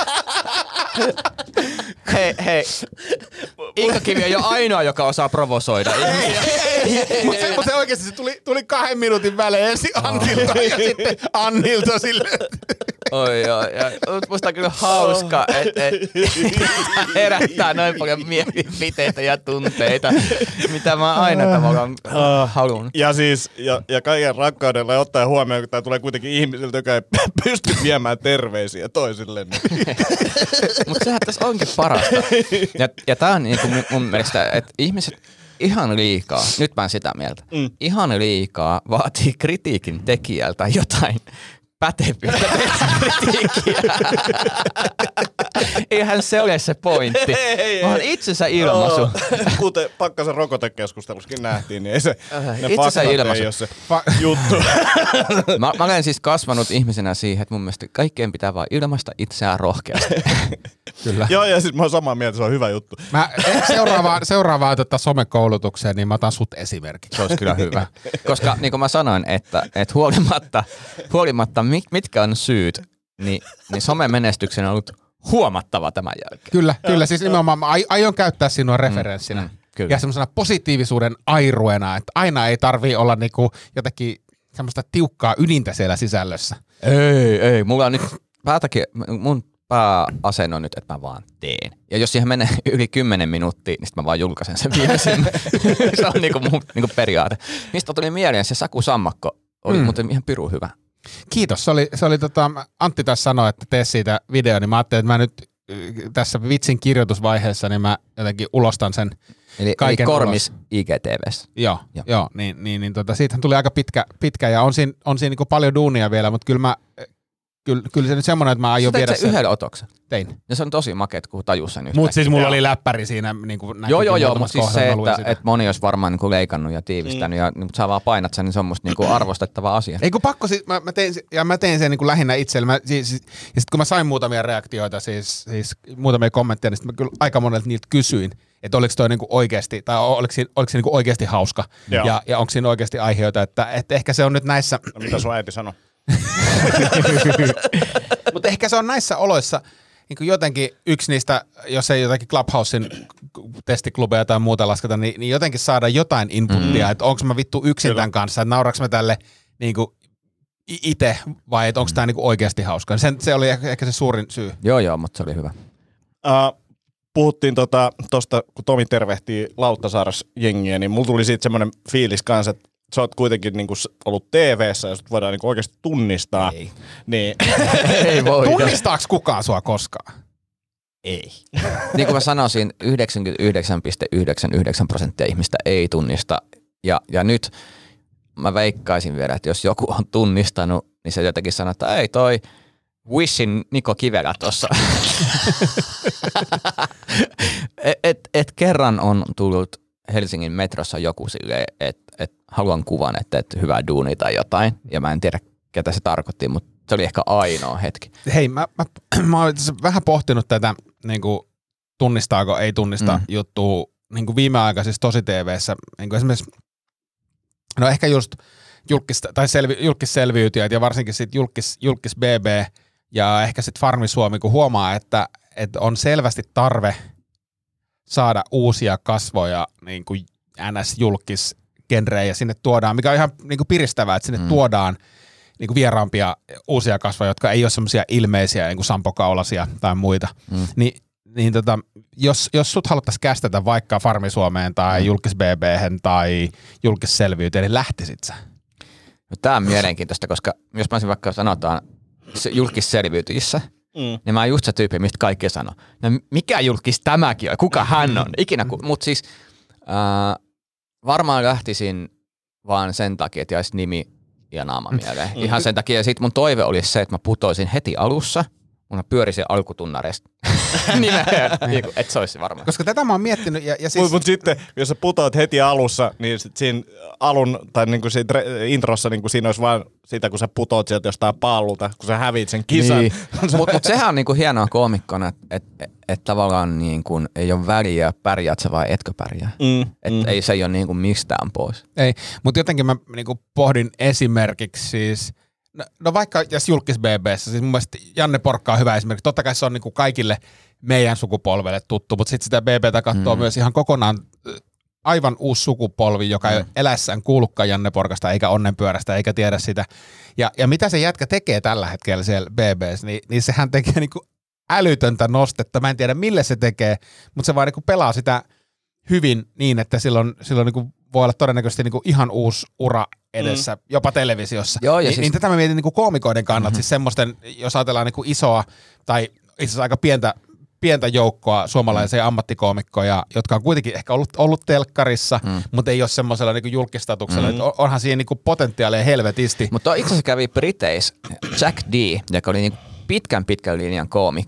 Hei. Inka Kivi on jo ainoa, joka osaa provosoida. Mutta se oikeasti se tuli 2 minuutin välein ensin Antilta ja sitten Annilta silleen. Oi. Musta on kyllä hauska, että herättää noin paljon mielipiteitä ja tunteita, mitä mä aina tavallaan haluan. Ja siis, ja kaiken rakkaudella ja ottaen huomioon, kun tää tulee kuitenkin ihmisiltä, joka ei pysty viemään terveisiä toisille. Mutta sehän tässä onkin parasta. Ja tää on niinku mun mielestä, että ihmiset ihan liikaa, nyt mä oon sitä mieltä, ihan liikaa vaatii kritiikin tekijältä jotain pätevyyttä kritiikkiä. Eihän se ole se pointti. Vaan itsensä ilmaisu. Kuten Pakkasen rokotekeskustelussakin nähtiin, niin ei se, ne itsensä faktat ilmaisu. ei ole se juttu. Mä olen siis kasvanut ihmisenä siihen, että mun mielestä kaikkeen pitää vaan ilmaista itseään rohkeasti. Kyllä. Joo, ja sit mä oon samaa mieltä, se on hyvä juttu. Mä seuraavaan somekoulutukseen, niin mä otan sut esimerkiksi. Se olisi kyllä hyvä. Koska niin kuin mä sanoin, että huolimatta mitkä on syyt, niin somen menestyksen on ollut huomattava tämän jälkeen. Kyllä, siis nimenomaan mä aion käyttää sinua referenssinä. Kyllä. Ja semmoisena positiivisuuden airuena, että aina ei tarvii olla niinku jotenkin semmoista tiukkaa ydintä siellä sisällössä. Ei. Mulla on nyt mun pääasenne on nyt, että mä vaan teen. Ja jos siihen menee yli 10 minuuttia, niin sitten mä vaan julkaisen sen viimeisen. Se on niinku periaate. Mistä tuli mieleen, se Saku Sammakko oli muuten ihan pirun hyvä. Kiitos. Se oli Antti taas sanoi, että tee siitä video, niin mä ajattelin, että mä nyt tässä vitsin kirjoitusvaiheessa, niin mä jotenkin ulostan sen eli Kormis IGTV:ssä. Joo, niin siitähän tuli aika pitkä ja on siinä niinku paljon duunia vielä, mutta kyllä se nyt semmoinen, että mä aion viedä sen. Yhdellä otoksen. Tein. Ja se on tosi makeet, kun tajus sen Mutta siis mulla oli läppäri siinä. Niin joo, mutta siis se, että moni olisi varmaan niin leikannut ja tiivistänyt, ja niin, sä vaan painat sen, niin se on musta niin arvostettava asia. Ei kun pakko, mä tein sen niin lähinnä itselle. Ja sitten kun mä sain muutamia reaktioita, siis muutamia kommentteja, niin sitten mä kyllä aika monelta niiltä kysyin, että oliko toi niinku oikeasti, tai oliko se niinku oikeasti hauska, ja onko siinä oikeasti aiheita, että ehkä se on nyt näissä. No, mitä sun äiti sanoi? Mutta ehkä se on näissä oloissa niin jotenkin yksi niistä, jos ei jotakin Clubhousein testiklubeja tai muuta lasketa, niin jotenkin saada jotain inputtia, että onko mä vittu yksin tämän kanssa, että nauraanko mä tälle niin itse vai että onko tämä niin oikeasti hauska. Se oli ehkä se suurin syy. Joo, mutta se oli hyvä. Puhuttiin tosta, kun Tomi tervehtii Lauttasaaressa jengiä, niin mulla tuli siitä semmoinen fiilis kanssa, että sä oot kuitenkin niinku ollut TV-ssä ja sut voidaan niinku oikeasti tunnistaa. Ei. Niin. Ei voi. Tunnistaako kukaan sua koskaan? Ei. Niin kuin mä sanoisin, 99,99% ihmistä ei tunnista. Ja nyt mä veikkaisin vielä, että jos joku on tunnistanut, niin se jotenkin sanoo, että ei toi Wishin Niko Kivelä tossa. et kerran on tullut Helsingin metrossa joku silleen, että haluan kuvan, että hyvää duunia tai jotain. Ja mä en tiedä, ketä se tarkoitti, mutta se oli ehkä ainoa hetki. Hei, mä oon vähän pohtinut tätä niin kuin tunnistaako, ei tunnista juttua niin kuin viimeaikaisissa tosi-TV:ssä. Niin kuin esimerkiksi, no ehkä just julkisselviytyjät ja varsinkin sitten julkis BB ja ehkä sitten Farmi Suomi, kun huomaa, että on selvästi tarve saada uusia kasvoja niin kuin NS-julkisgenrejä sinne tuodaan, mikä on ihan niin kuin piristävää, että sinne tuodaan niin kuin vieraampia uusia kasvoja, jotka ei ole semmoisia ilmeisiä niin kuin Sampo Kaulasia tai muita. Niin jos sut haluttaisiin kästetä vaikka Farmi Suomeen tai Julkis BB:hen tai Julkisselvyyteen, niin lähtisit sä? No, tää on mielenkiintoista, koska jos mä olisin vaikka sanotaan Julkisselvyytyissä, niin mä oon just se tyyppi, mistä kaikki sanoo. No mikä julkis tämäkin on? Kuka hän on? Ikinä mutta siis varmaan lähtisin vaan sen takia, että jäisi nimi ja naama mieleen. Ihan sen takia. Ja sit mun toive olisi se, että mä putoisin heti alussa. Mun pyörisin alkutunnareista nimeen, että se olisi varmaan. Koska tätä mä oon miettinyt. Ja siis Mutta sitten, jos sä putoat heti alussa, niin sit siinä alun, tai niinku siinä introssa, niinku siinä olisi vaan sitä, kun sä putoat sieltä jostain pallulta, kun sä hävit sen kisan. Niin. Mutta sehän on niinku hienoa koomikkona, että tavallaan niinku ei ole väliä, pärjäät sä vai etkö pärjää. Ei se ei ole niinku mistään pois. Ei, mutta jotenkin mä niinku pohdin esimerkiksi siis, no vaikka jos Julkis BB:ssä, siis mun mielestä Janne Porkka on hyvä esimerkki. Totta kai se on niinku kaikille meidän sukupolvelle tuttu, mutta sitten sitä BB:tä katsoo myös ihan kokonaan aivan uusi sukupolvi, joka ei eläessään kuullutkaan Janne Porkasta eikä Onnenpyörästä eikä tiedä sitä. Ja mitä se jätkä tekee tällä hetkellä siellä BB:ssä, niin sehän tekee niinku älytöntä nostetta. Mä en tiedä mille se tekee, mutta se vaan niinku pelaa sitä hyvin niin, että silloin niinku voi olla todennäköisesti niinku ihan uusi ura edessä, jopa televisiossa. Joo, ja niin tätä mä mietin niinku koomikoiden kannalta, siis semmoisten, jos ajatellaan niinku isoa tai itse asiassa aika pientä joukkoa suomalaisia ammattikoomikkoja, jotka on kuitenkin ehkä ollut telkkarissa, mutta ei ole semmoisella niinku julkistatuksella. Onhan siinä niinku potentiaalia helvetisti. Mutta itse asiassa kävi Briteissä Jack D, joka oli niinku pitkän linjan koomikko,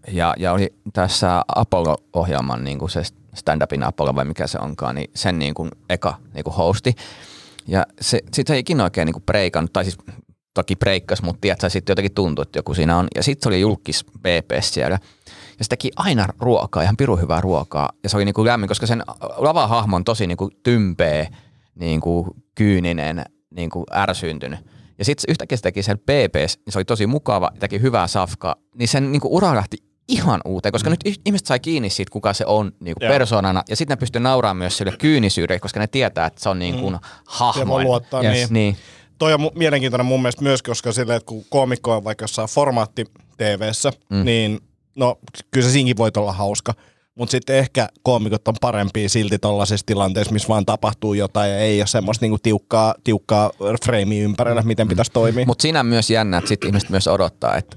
Ja oli tässä Apollo-ohjelman, niin kuin se stand-upin Apollo vai mikä se onkaan, niin sen niin kuin eka niin kuin hosti. Ja sitten se ei ikinä oikein niin kuin breikannut, tai siis toki breikkas, mutta tiedätkö, sitten jotenkin tuntui, että joku siinä on. Ja sitten se oli julkis BBS siellä. Ja se teki aina ruokaa, ihan pirun hyvää ruokaa. Ja se oli niin kuin lämmin, koska sen lavahahmo on tosi niin kuin tympeä, niin kuin kyyninen, niin kuin ärsyyntynyt. Ja sitten yhtäkkiä se teki siellä BBS, niin se oli tosi mukava, teki hyvää safkaa. Niin sen niin kuin ura lähti ihan uuteen, koska nyt ihmiset sai kiinni siitä, kuka se on niin kuin persoonana. Ja sitten ne pystyy nauraamaan myös sille kyynisyydelle, koska ne tietää, että se on niin kuin hahmo. Ja luottaa, niin. Toi on mielenkiintoinen mun mielestä myös, koska silleen, että kun koomikko on vaikka jossain formaatti-TV:ssä, niin no kyllä se siinkin voi olla hauska. Mutta sitten ehkä koomikot on parempia silti tollaisessa tilanteessa, missä vaan tapahtuu jotain ja ei ole semmoista niinku tiukkaa freimiä ympärillä, miten pitäisi toimia. Mutta siinä on myös jännä, että sitten ihmiset myös odottaa, että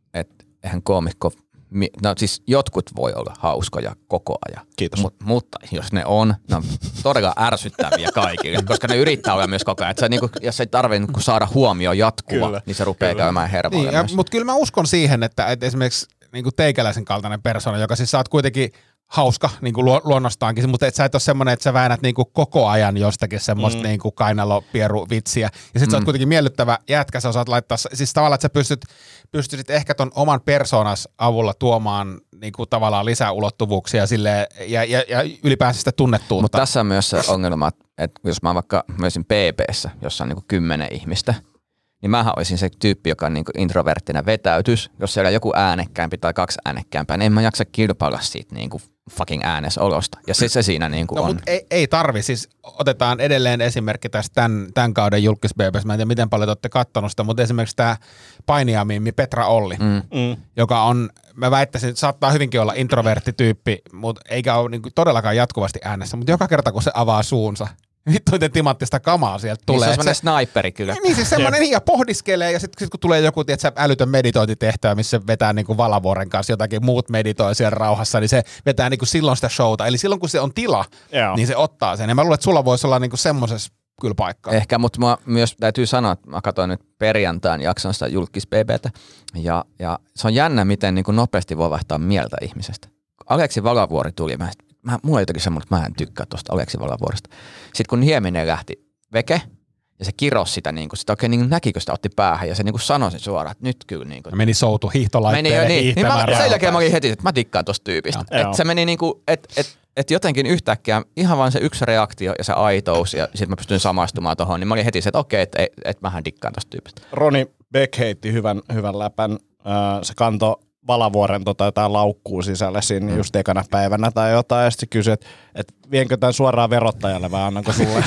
eihän koomikko, no siis jotkut voi olla hauskoja koko ajan. Kiitos. Mutta jos ne on todella ärsyttäviä kaikille, koska ne yrittää olla myös koko ajan. Että niinku, jos ei tarvitse niinku saada huomioon jatkuva, kyllä, niin se rupeaa käymään hermoille niin, mutta kyllä mä uskon siihen, että esimerkiksi niinku teikäläisen kaltainen persona, joka siis sä oot kuitenkin hauska niinku luonnostaankin, mutta et sä et ole semmoinen, että sä väännät niinku koko ajan jostakin semmoista niinku kainalopieruvitsiä. Ja sit sä oot kuitenkin miellyttävä jätkä, sä osaat laittaa, siis tavallaan, että sä pystyisit ehkä ton oman persoonas avulla tuomaan niinku tavallaan lisäulottuvuuksia silleen, ja ylipäänsä sitä tunnettuutta. Mutta tässä on myös se ongelma, että jos mä vaikka myösin BB:ssä, jossa on niinku 10 ihmistä, niin mähän olisin se tyyppi, joka on niinku introverttina vetäytys. Jos siellä on joku äänekkäämpi tai 2 äänekkäämpää, niin en mä jaksa kilpailla siitä niinku fucking äänesolosta. Ja se siinä niinku on. Mutta ei tarvi. Siis otetaan edelleen esimerkki tästä tämän kauden julkis-BB:ssä. Mä en tiedä, miten paljon te olette kattonut sitä, mutta esimerkiksi tämä painijamiimi Petra Olli, joka on, mä väittäisin, että saattaa hyvinkin olla introverttityyppi, mutta eikä ole niinku todellakaan jatkuvasti äänessä. Mutta joka kerta, kun se avaa suunsa, vittu miten timanttista kamaa sieltä tulee. Niin se on semmoinen sniperi kyllä. Niin siis semmoinen ja pohdiskelee ja sitten kun tulee joku älytön meditointitehtävä, missä se vetää niinku Valavuoren kanssa jotakin muut meditoi siellä rauhassa, niin se vetää niinku silloin sitä showta. Eli silloin kun se on tila, niin se ottaa sen. Ja mä luulen, että sulla voisi olla niinku semmoisessa kyllä paikkaa. Ehkä, mutta mä myös täytyy sanoa, että mä katsoin nyt perjantain jakson sitä julkis-BB:tä ja se on jännä, miten niinku nopeasti voi vaihtaa mieltä ihmisestä. Aleksi Valavuori tuli, mulla oli jotenkin semmoinen, että mä en tykkää tuosta Aleksi Valavuoresta. Sitten kun Nieminen lähti veke, ja se kirosi sitä, niin sitä oikein niin näkikö sitä otti päähän, ja se niin sanoi sen suoraan, että nyt kyllä. Niin kuin, meni soutu hiihtolaitteelle hiihtämään. Sen jälkeen mä olin heti, että mä tikkaan tosta tyypistä. Että se meni niin kuin, että jotenkin yhtäkkiä ihan vaan se yksi reaktio ja se aitous, ja sitten mä pystyn samaistumaan tohon, niin mä olin heti se, että okei, että mähän tikkaan tosta tyypistä. Roni Beck heitti hyvän läpän. Se kantoi Valavuoren jotain laukkuu sisälle siinä just ekana päivänä tai jotain, ja sitten kysyi, että vienkö tämän suoraan verottajalle vai annanko sulle?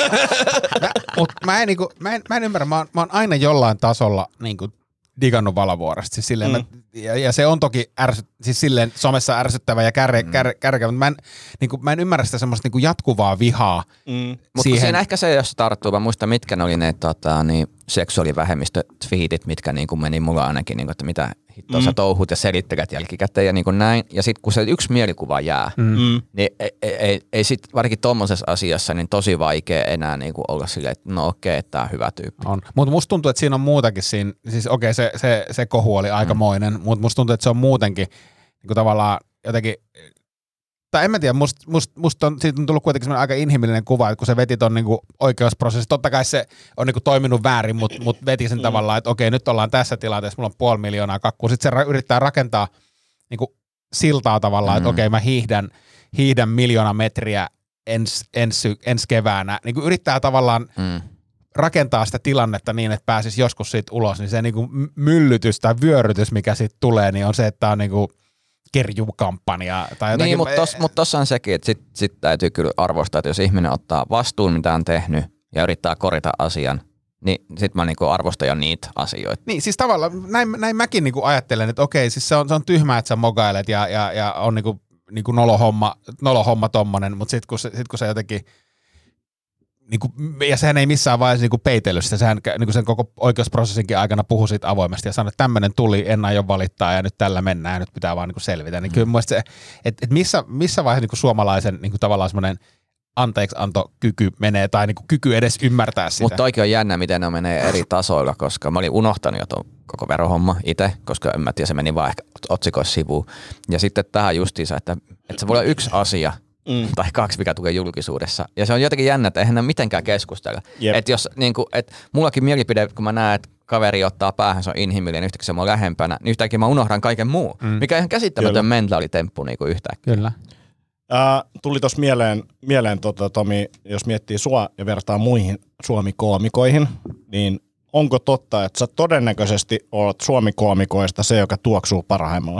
Mutta mä en ymmärrä, mä oon aina jollain tasolla niinku digannut Valavuoresta. Siis silleen ja se on toki siis silleen somessa ärsyttävä ja kärkeä, mutta mä en ymmärrä sitä semmoista niinku jatkuvaa vihaa. Mutta siinä ehkä se, jos tarttuu, mä muistan mitkä ne oli ne seksuaalivähemmistö-twiitit, mitkä niinku meni mulla ainakin, niinku, että mitä hittoa sä touhut ja selittelet jälkikäteen ja niin kuin näin. Ja sitten kun se yksi mielikuva jää, niin ei sit varsinkin tommosessa asiassa niin tosi vaikea enää niin kuin olla silleen, että no okei, tää on hyvä tyyppi. On. Mutta musta tuntuu, että siinä on muutakin siinä, siis okei, se kohu oli aikamoinen, mutta musta tuntuu, että se on muutenkin niin kuin tavallaan jotenkin, tai en mä tiedä, musta on, siitä on tullut kuitenkin aika inhimillinen kuva, että kun se veti ton niinku oikeusprosessi, totta kai se on niinku toiminut väärin, mutta veti sen tavallaan, että okei, nyt ollaan tässä tilanteessa, mulla on 500 000 kakkua, sitten se yrittää rakentaa niinku siltaa tavallaan, että okei, mä hiihdän 1 miljoona metriä ensi keväänä, niinku yrittää tavallaan rakentaa sitä tilannetta niin, että pääsisi joskus siitä ulos, niin se niinku myllytys tai vyörytys, mikä siitä tulee, niin on se, että on niinku kerjukampanja tai jotakin. Niin, mutta tossa on sekin, että sit täytyy kyllä arvostaa, että jos ihminen ottaa vastuun, mitä on tehnyt ja yrittää korjata asian, niin sit mä niinku arvostan jo niitä asioita. Niin, siis tavallaan näin mäkin niinku ajattelen, että okei, siis se on tyhmää, että sä mogailet ja on niinku nolohomma tommonen, mutta sit kun se jotenkin niinku, ja sehän ei missään vaiheessa niinku peitellyt sitä, sehän niinku sen koko oikeusprosessinkin aikana puhui siitä avoimesti ja sanoi, että tämmöinen tuli, en aio valittaa ja nyt tällä mennään ja nyt pitää vaan niinku selvitä. Niin kyllä mun mielestä se, että missä vaiheessa niinku suomalaisen niinku tavallaan semmoinen anteeksiantokyky menee tai niinku kyky edes ymmärtää sitä. Mutta toikin on jännä, miten ne menee eri tasoilla, koska mä olin unohtanut jo ton koko verohomma itse, koska en mä tiedä, se meni vaan ehkä otsikoissa sivuun. Ja sitten tähän justiinsa, että se voi olla yksi asia tai kaksi, mikä tulee julkisuudessa. Ja se on jotenkin jännä, että eihän ne mitenkään keskustella. Että jos niinku, et mullakin mielipide, kun mä näen, että kaveri ottaa päähän, se on inhimillinen, yhtäkkiä se on lähempänä, niin yhtäkkiä mä unohdan kaiken muu, mikä on ihan käsittämätön mentalitemppu niinku yhtäkkiä. Kyllä. Tuli tuossa mieleen Tomi, jos miettii sua ja vertaa muihin Suomi-koomikoihin, niin onko totta, että sä todennäköisesti olet Suomi-koomikoista se, joka tuoksuu parhaimmalla?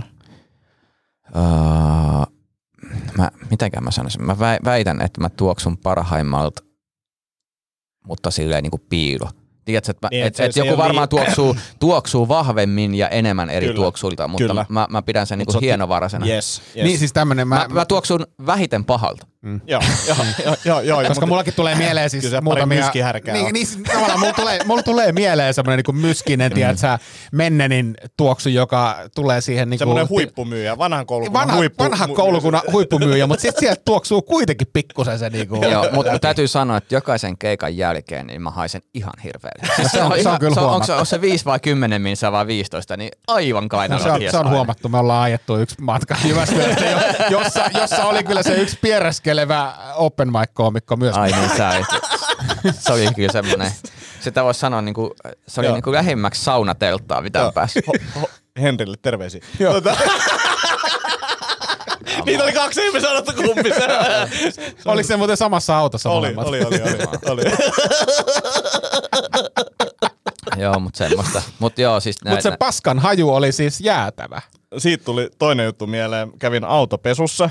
Mitenkään mä sanoisin? Mä väitän, että mä tuoksun parhaimmalta, mutta silleen niinku piilo. Tiedätkö, että joku varmaan tuoksuu vahvemmin ja enemmän eri tuoksuilta, mutta mä pidän sen niinku hienovaraisena. Yes. Niin siis tämmönen, mä tuoksun vähiten pahalta. Joo. Koska mullakin tulee mieleen siis muutamia... Niin siis tavallaan mulla tulee mieleen semmoinen niinku myskinen, tiedätkö, mennenin tuoksu, joka tulee siihen niinku... Semmoinen huippumyyjä, vanhan koulukunnan huippumyyjä, mutta sitten sieltä tuoksuu kuitenkin pikkusen se niinku... Joo, mutta täytyy sanoa, että jokaisen keikan jälkeen niin mä haisen ihan hirveästi. Se on kyllä huomattu. Onko se 5 vai 10 minsa vai 15, niin aivan kainalla se on huomattu. Me ollaan ajettu yksi matka Jyväskylästä, jossa oli kyllä se yksi piereskelevä open mic-koomikko myös. Ai niin, se oli kyllä semmoinen, sitä voisi sanoa, niinku, se oli niinku lähimmäksi saunatelttaa, mitä on päässyt. Henrille terveisiä. Niitä oli 2 ihmistä sanottu kumpissa. Oliko se muuten samassa autossa molemmat? Oli. Joo, mutta semmoista. Mutta siis se paskan haju oli siis jäätävä. Siitä tuli toinen juttu mieleen. Kävin autopesussa.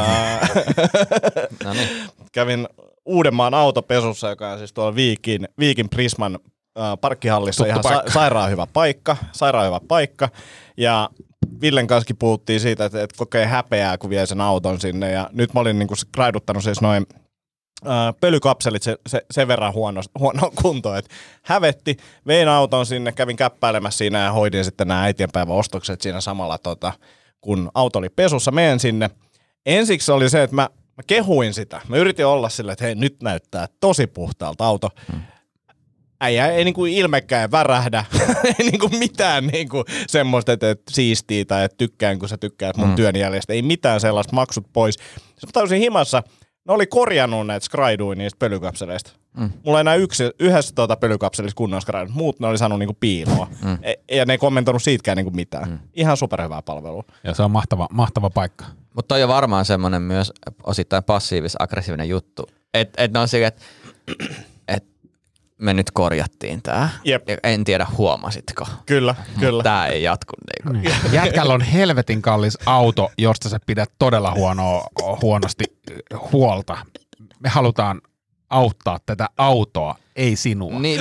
Kävin Uudenmaan autopesussa, joka on siis tuolla Viikin Prisman parkkihallissa. Ihan sairaan hyvä paikka. Ja Villen kanssa puhuttiin siitä, että kokee häpeää, kun vie sen auton sinne. Ja nyt mä olin niinku graiduttanut siis noin pölykapselit sen verran huono kuntoon, että hävetti. Vein auton sinne, kävin käppäilemässä siinä ja hoidin sitten nämä äitienpäiväostokset siinä samalla, kun auto oli pesussa. Menen sinne. Ensiksi oli se, että mä kehuin sitä. Mä yritin olla silleen, että hei, nyt näyttää tosi puhtaalta auto. Äijä ei niinku ilmekään värähdä, ei niinku mitään niinku semmoista, että siistii tai että tykkään, kun sä tykkäät mun työn jäljestä. Ei mitään sellaista, maksut pois. Sitten mä tajusin himassa, ne oli korjannut näitä skraiduja niistä pölykapseleista. Mulla ei enää yhdessä pölykapselissa kunnon skraidut. Muut ne oli saanut niinku piiloa. Ja ne ei kommentoinut siitäkään niinku mitään. Ihan superhyvää palvelua. Ja se on mahtava paikka. Mutta toi on varmaan semmoinen myös osittain passiivis-aggressiivinen juttu. Että ne on silleen, että me nyt korjattiin tää. Jep. En tiedä, huomasitko. Kyllä. Tää ei jatku. Niin. Jätkällä on helvetin kallis auto, josta sä pidät todella huonosti huolta. Me halutaan auttaa tätä autoa, ei sinua. Niin,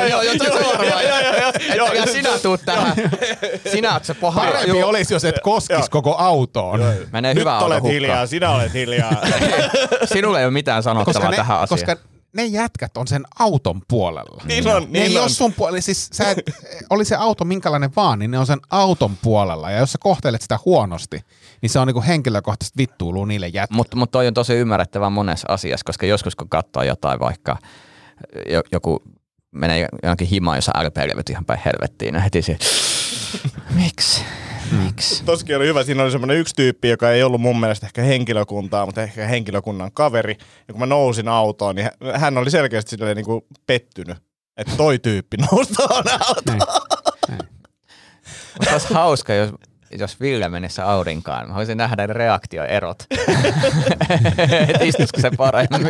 ja sinä tuut tähän. Sinä oot se paha. Parempi olisi, jos et koskisi koko autoon. Menee hyvä auto hukkaan. Nyt olet hiljaa, sinä olet hiljaa. Sinulle ei ole mitään sanottavaa tähän asiaan. Koska ne jätkät on sen auton puolella. Niin on. Ei ole sun puolella. Siis oli se auto minkälainen vaan, niin ne on sen auton puolella. Ja jos sä kohtelet sitä huonosti, niin se on niinku henkilökohtaisesti vittuilua niille jätkille. Mutta toi on tosi ymmärrettävää monessa asiassa, koska joskus kun katsoo jotain, vaikka joku menee johonkin himaan, jossa älpeilevyt ihan päin helvettiin, ja heti se, miksi? Tossakin oli hyvä. Siinä oli semmoinen yksi tyyppi, joka ei ollut mun mielestä ehkä henkilökuntaa, mutta ehkä henkilökunnan kaveri. Ja kun mä nousin autoon, niin hän oli selkeästi silleen niin kuin pettynyt, että toi tyyppi nousi tuohon autoon. Mutta olisi hauska, jos Ville menisi Aurinkaan. Mä voisin nähdä ne reaktioerot. Että istuisiko se paremmin.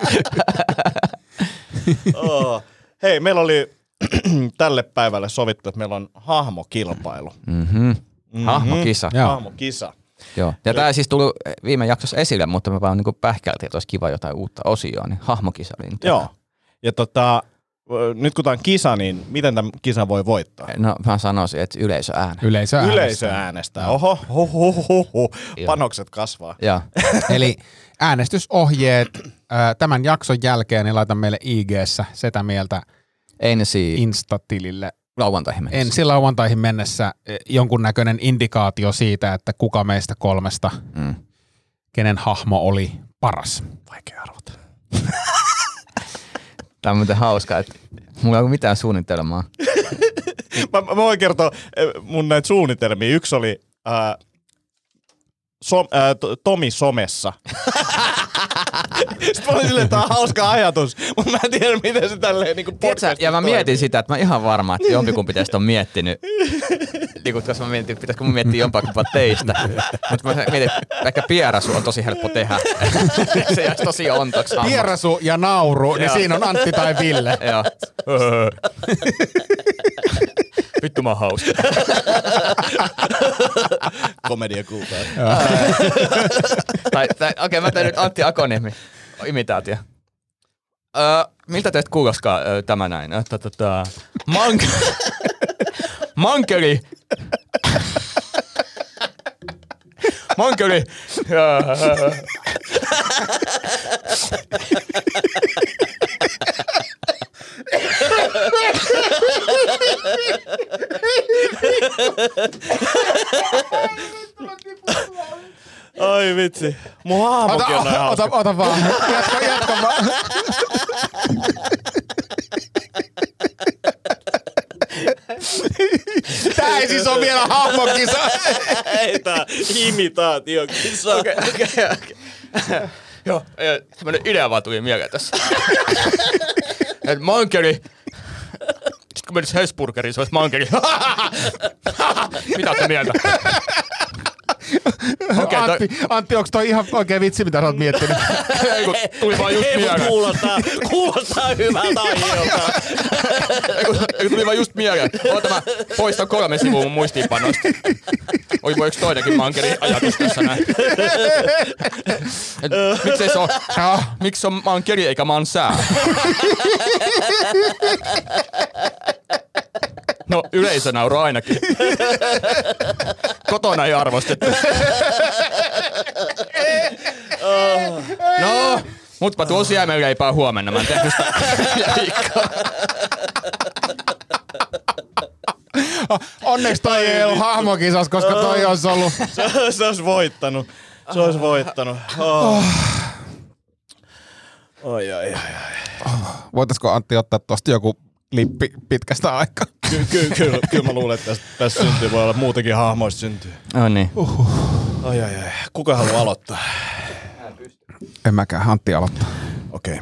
Hei, meillä oli tälle päivälle sovittu, että meillä on hahmokilpailu. Hahmokisa. Hahmokisa. Joo. Ja tämä siis tuli viime jaksossa esille, mutta me vaan niin pähkäiltiin, että olisi kiva jotain uutta osioa, niin hahmokisa. Niin joo. Ja nyt kun tämä on kisa, niin miten tämän kisan voi voittaa? No mä sanoisin, että yleisö äänestää. Oho. Panokset kasvaa. Joo. Eli äänestysohjeet tämän jakson jälkeen niin laitan meille IG:ssä sitä mieltä Insta-tilille. Ensi lauantaihin mennessä jonkunnäköinen indikaatio siitä, että kuka meistä 3, kenen hahmo oli paras. Vaikea arvata. Tämä on muuten hauskaa, että mulla ei ole mitään suunnitelmaa. Mä voin kertoa mun näitä suunnitelmia. Yksi oli Tomi somessa. Sitten mä olin silleen, että tää on hauska ajatus, mutta mä en tiedä, miten se tälleen niinku podcastissa ja mä mietin sitä, että mä ihan varma, että jompikumpi teistä on miettinyt. Niin, koska mä mietin, pitäisikö mun miettiä jompaakumpaa teistä. Mutta mä mietin, että ehkä pierasu on tosi helppo tehdä. Se jäisi tosi ontoksi. Pierasu ja nauru, niin siinä on Antti tai Ville. Joo. Vittu mä oon hauska. Komedia kultaa. Okei, mä teen nyt Antti Akoniemi imitaatio. Miltä teet kuulostaa tämä näin? Mankeli. Mankeli. Ai vitsi. Mun haamokin on näin hauska. Ota vaan. Jatka vaan. Tää ei siis ole vielä hahmokisa. Ei tää imitaatiokisa. Okei. Joo, tämmönen idea vaan tuli mieleen tässä. Et mankeli. Sitten kun menisi Hesburgeriin, se olisi mankeli. Mitä ootte mieltä? Antti, onks toi ihan oikein vitsi, mitä sä oot miettinyt? Ei kun tuli vaan just mieleen. Kuulostaa hyvältä aiheelta. Ei tuli vaan just mieleen. Oota mä poistan 3 sivua mun muistiinpanoista. Oi voi yks toinenkin mankeli ajatus tässä näin. Miksei se on? Miksi on mankeli eikä mansää? No yleisönauru ainakin. Kotona ei arvostettu. No, mut mä tuon siemenleipää huomenna. Mä en tehnyt sitä viikkoa. Onneksi toi ei ollut hahmokisas, koska toi olisi ollut... Se olisi voittanut. Se olisi voittanut. Oh. Oi. Voitaisko Antti ottaa tosta joku klippi pitkästä aikaa? Kyllä mä luulen, että tässä syntyy. Voi olla muutenkin hahmoista syntyy. No niin. Ai. Kuka haluaa aloittaa? En mäkään, Antti aloittaa. Okei.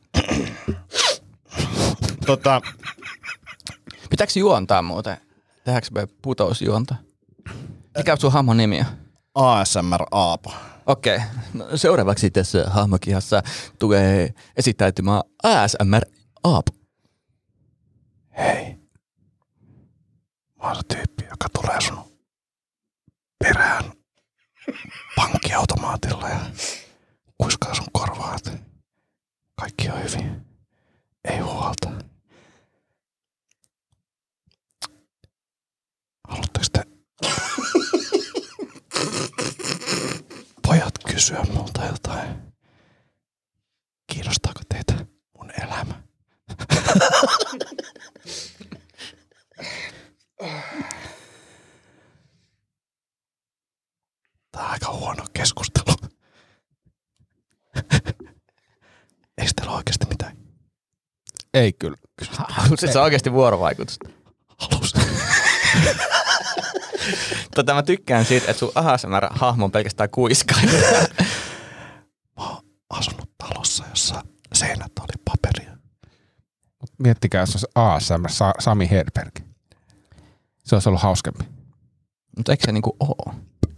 Pitääkö juontaa muuten? Tehdäänkö me putousjuonta? Mikä sun hahmon nimi on? ASMR Aapo. Okei. No, seuraavaksi tässä hahmokihassa tulee esittäytymään ASMR Aapo. Hei. Mä oon se tyyppi, joka tulee sun perään pankkiautomaatilla ja kuiskaa sun korvaat. Kaikki on hyvin. Ei huolta. Haluatteko te pojat kysyä multa jotain? Kiinnostaako teitä mun elämä? Tää on aika huono keskustelu. Eikö teillä oikeesti mitään? Ei kyllä. Haluaisit sä oikeesti vuorovaikutusta? Halusin. Mä tykkään siitä, että sun ASMR-hahmo on pelkästään kuiskainen. Mä oon asunut talossa, jossa seinät oli paperia. Miettikää, jos olisi ASMR Sami Hedberg. Se olisi ollut hauskempi. Mutta eikö se niinku oo?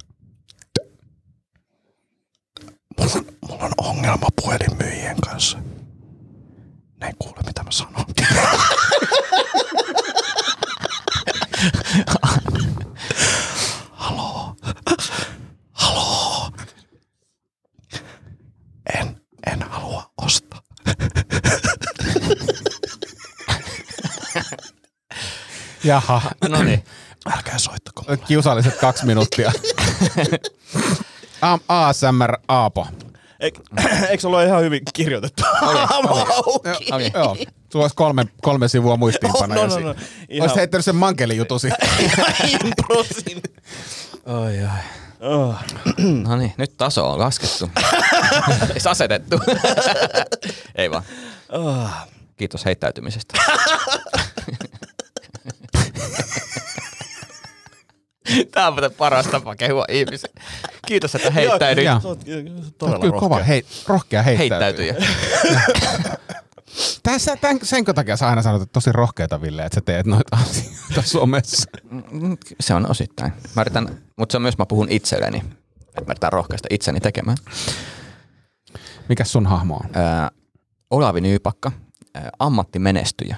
Mulla on ongelma puhelinmyyjien kanssa. Ne ei kuule, mitä mä sanon. Haloo. En halua ostaa. Jaha. No niin. Älkää soittako mulle. Kiusalliset 2 minuuttia. ASMR Aapo. Eikö ollut ihan hyvin kirjoitettu? Oli. Joo. Sulla olisi 3 sivua muistiinpanoja. No. Olisit heittänyt sen mankelijutusi. Improsin. Oi. No niin, nyt taso on laskettu. Siis asetettu. Ei vaan. Kiitos heittäytymisestä. Tämä on muuten paras tapa kehua ihmisiä. Kiitos, että heittäydyit. Todella kyllä kova rohkea heittäytyjä. Senkö takia sä aina sanot, että tosi rohkeita, Ville, että sä teet noita asioita somessa? Se on osittain. Mutta se on myös, mä puhun itselleni. Että mä yritän rohkeasta itseni tekemään. Mikäs sun hahmo on? Olavi Nyypakka, ammattimenestyjä.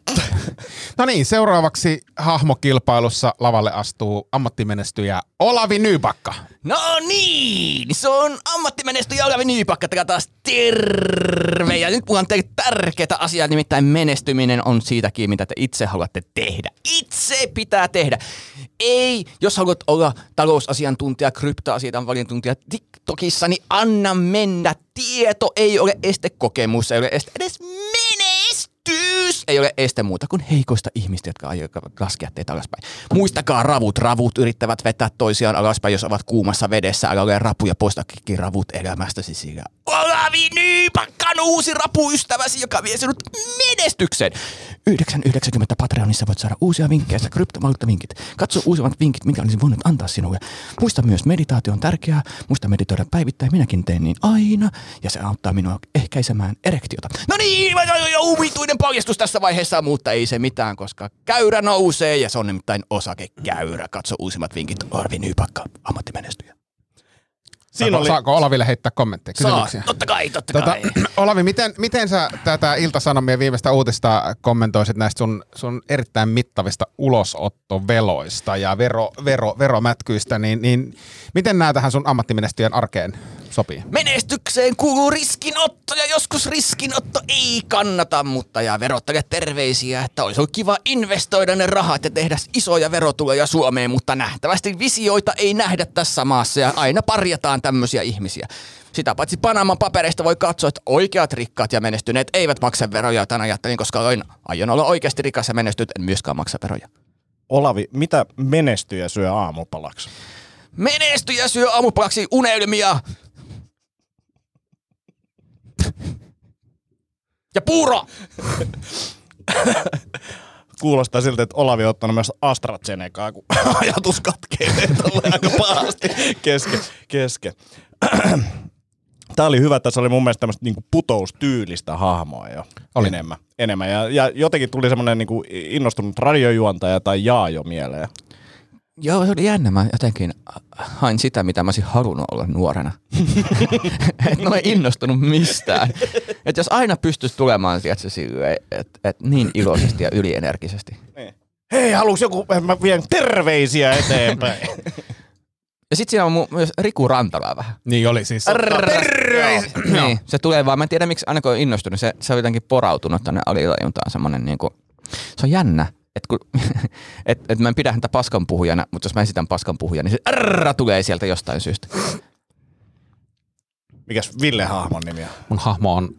No niin, seuraavaksi hahmokilpailussa lavalle astuu ammattimenestyjä Olavi Nyypakka. No niin, se on ammattimenestyjä Olavi Nyypakka. Täällä taas terve. Ja nyt puhun teille tärkeää asiaa, nimittäin menestyminen on siitäkin, mitä te itse haluatte tehdä. Itse pitää tehdä. Ei, jos haluat olla talousasiantuntija, kryptoasian asiantuntija TikTokissa, niin anna mennä. Tieto ei ole este, kokemus ei ole este, edes menestys ei ole este muuta kuin heikoista ihmistä, jotka aikovat laskea teitä alaspäin. Muistakaa ravut. Ravut yrittävät vetää toisiaan alaspäin, jos ovat kuumassa vedessä. Älä ole rapuja, poistakin ravut elämästäsi sillä. Olavi Nyypakkan uusi rapuystäväsi, joka vie sinut menestykseen. 9,90 Patreonissa voit saada uusia vinkkejä, kryptovaluuttavinkit. Katso uusimmat vinkit, minkä olisin voinut antaa sinulle. Muista myös, meditaatio on tärkeää. Muista meditoida päivittäin, minäkin teen niin aina. Ja se auttaa minua ehkäisemään erektiota. No niin, jo uuvituinen paljastus tässä vaiheessa, mutta ei se mitään, koska käyrä nousee ja se on nimittäin osakekäyrä. Katso uusimmat vinkit, Olavi Nyypakka, ammattimenestyjä. Saako Olaville heittää kommentteja, kysymyksiä? Totta kai. Olavi, miten sä tätä Ilta-Sanomien viimeistä uutista kommentoisit näistä sun erittäin mittavista ulosottoveloista ja veromätkyistä, niin miten nämä tähän sun ammattimenestyjän arkeen sopii? Menestykseen kuuluu riskinotto ja joskus riskinotto ei kannata, mutta ja verottajalle terveisiä, että olisi ollut kiva investoida ne rahat ja tehdä isoja verotuloja Suomeen, mutta nähtävästi visioita ei nähdä tässä maassa ja aina parjataan tämmöisiä ihmisiä. Sitä paitsi Panaman papereista voi katsoa, että oikeat rikkaat ja menestyneet eivät maksa veroja. Tämän ajattelin, koska aion olla oikeasti rikas ja menestynyt, en myöskään maksa veroja. Olavi, mitä menestyjä syö aamupalaksi? Menestyjä syö aamupalaksi unelmia. Ja puuro! Kuulostaa siltä, että Olavi on ottanut myös AstraZenecaa, kun ajatus katkeilee tolleen aika pahasti kesken. Tämä oli hyvä, tässä oli mun mielestä tämmöistä niinku putoustyylistä hahmoa jo enemmän. Ja jotenkin tuli semmoinen niinku innostunut radiojuontaja tai Jaajo mieleen. Joo, se oli jännä. Mä jotenkin hain sitä, mitä mä olisin halunnut olla nuorena. Että mä olen innostunut mistään. Että jos aina pystyisi tulemaan sieltä silleen, että niin iloisesti ja ylienergisesti. Niin. Hei, haluuks joku, mä vien terveisiä eteenpäin. Ja sit siinä on myös Riku Rantala vähän. Niin oli siis. Terveisiä! Niin, se tulee vaan, mä en tiedä miksi aina kun on innostunut, se on jotenkin porautunut tänne alitajuntaan semmonen niinku, se on jännä. Että mä en pidä häntä paskanpuhujana, mutta jos mä esitän paskanpuhujana, niin se tulee sieltä jostain syystä. Mikäs Ville hahmon nimi on? Mun hahmo on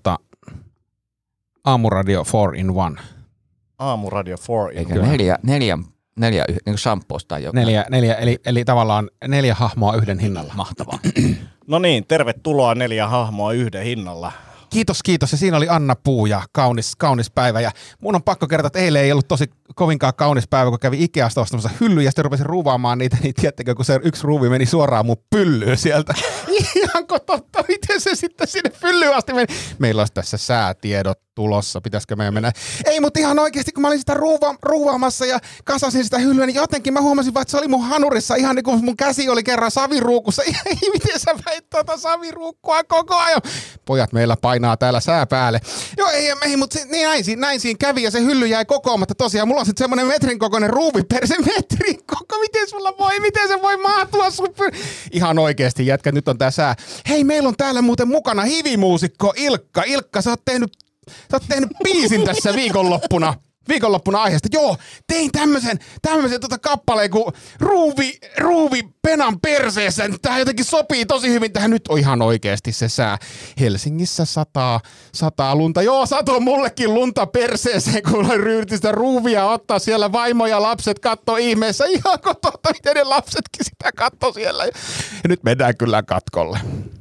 Aamuradio 4-in-1. Aamuradio 4-in-1. Eikä neljä niin kuin shampoosta joka. Eli tavallaan 4 hahmoa yhden hinnalla. Mahtavaa. No niin, tervetuloa 4 hahmoa yhden hinnalla. Kiitos. Ja siinä oli Anna Puu ja kaunis päivä. Ja mun on pakko kertoa, että eilen ei ollut tosi kovinkaan kaunis päivä, kun kävi Ikeasta ostamassa hyllyjä ja sitten rupesin ruuvaamaan niitä. Niin tiedättekö, kun se yksi ruuvi meni suoraan mun pyllyyn sieltä. Ihanko totta, miten se sitten sinne pyllyyn asti meni? Meillä olisi tässä säätiedot tulossa, pitäisikö meidän mennä? Ei, mutta ihan oikeasti, kun mä olin sitä ruuvaamassa ja kasasin sitä hyllyä, niin jotenkin mä huomasin vaan, että se oli mun hanurissa ihan niin kuin mun käsi oli kerran saviruukussa. Ei, miten sä väit tuota saviruukkua koko ajan? Pojat meillä painaa täällä sää päälle. Joo, ei, mutta näin siinä kävi ja se hylly jäi kokoamatta. Tosiaan mulla on sitten semmonen metrin kokoinen ruuvi per se metrin koko. Miten se voi mahtua sun Ihan oikeasti, jätkä, nyt on tää sää. Hei, meillä on täällä muuten mukana hivimuusikko Ilkka. Ilkka, sä oot tehnyt biisin tässä viikonloppuna. viikonloppuna aiheesta. Joo, tein tämmöisen kappaleen kuin ruuvi penan perseessä. Tämä jotenkin sopii tosi hyvin tähän. Nyt on ihan oikeasti se sää. Helsingissä sataa lunta. Joo, satoi mullekin lunta perseeseen, kun ryhdytin sitä ruuvia ottaa siellä. Vaimo ja lapset kattoo ihmeessä. Ihan totta, miten ne lapsetkin sitä kattoo siellä. Ja nyt mennään kyllä katkolle.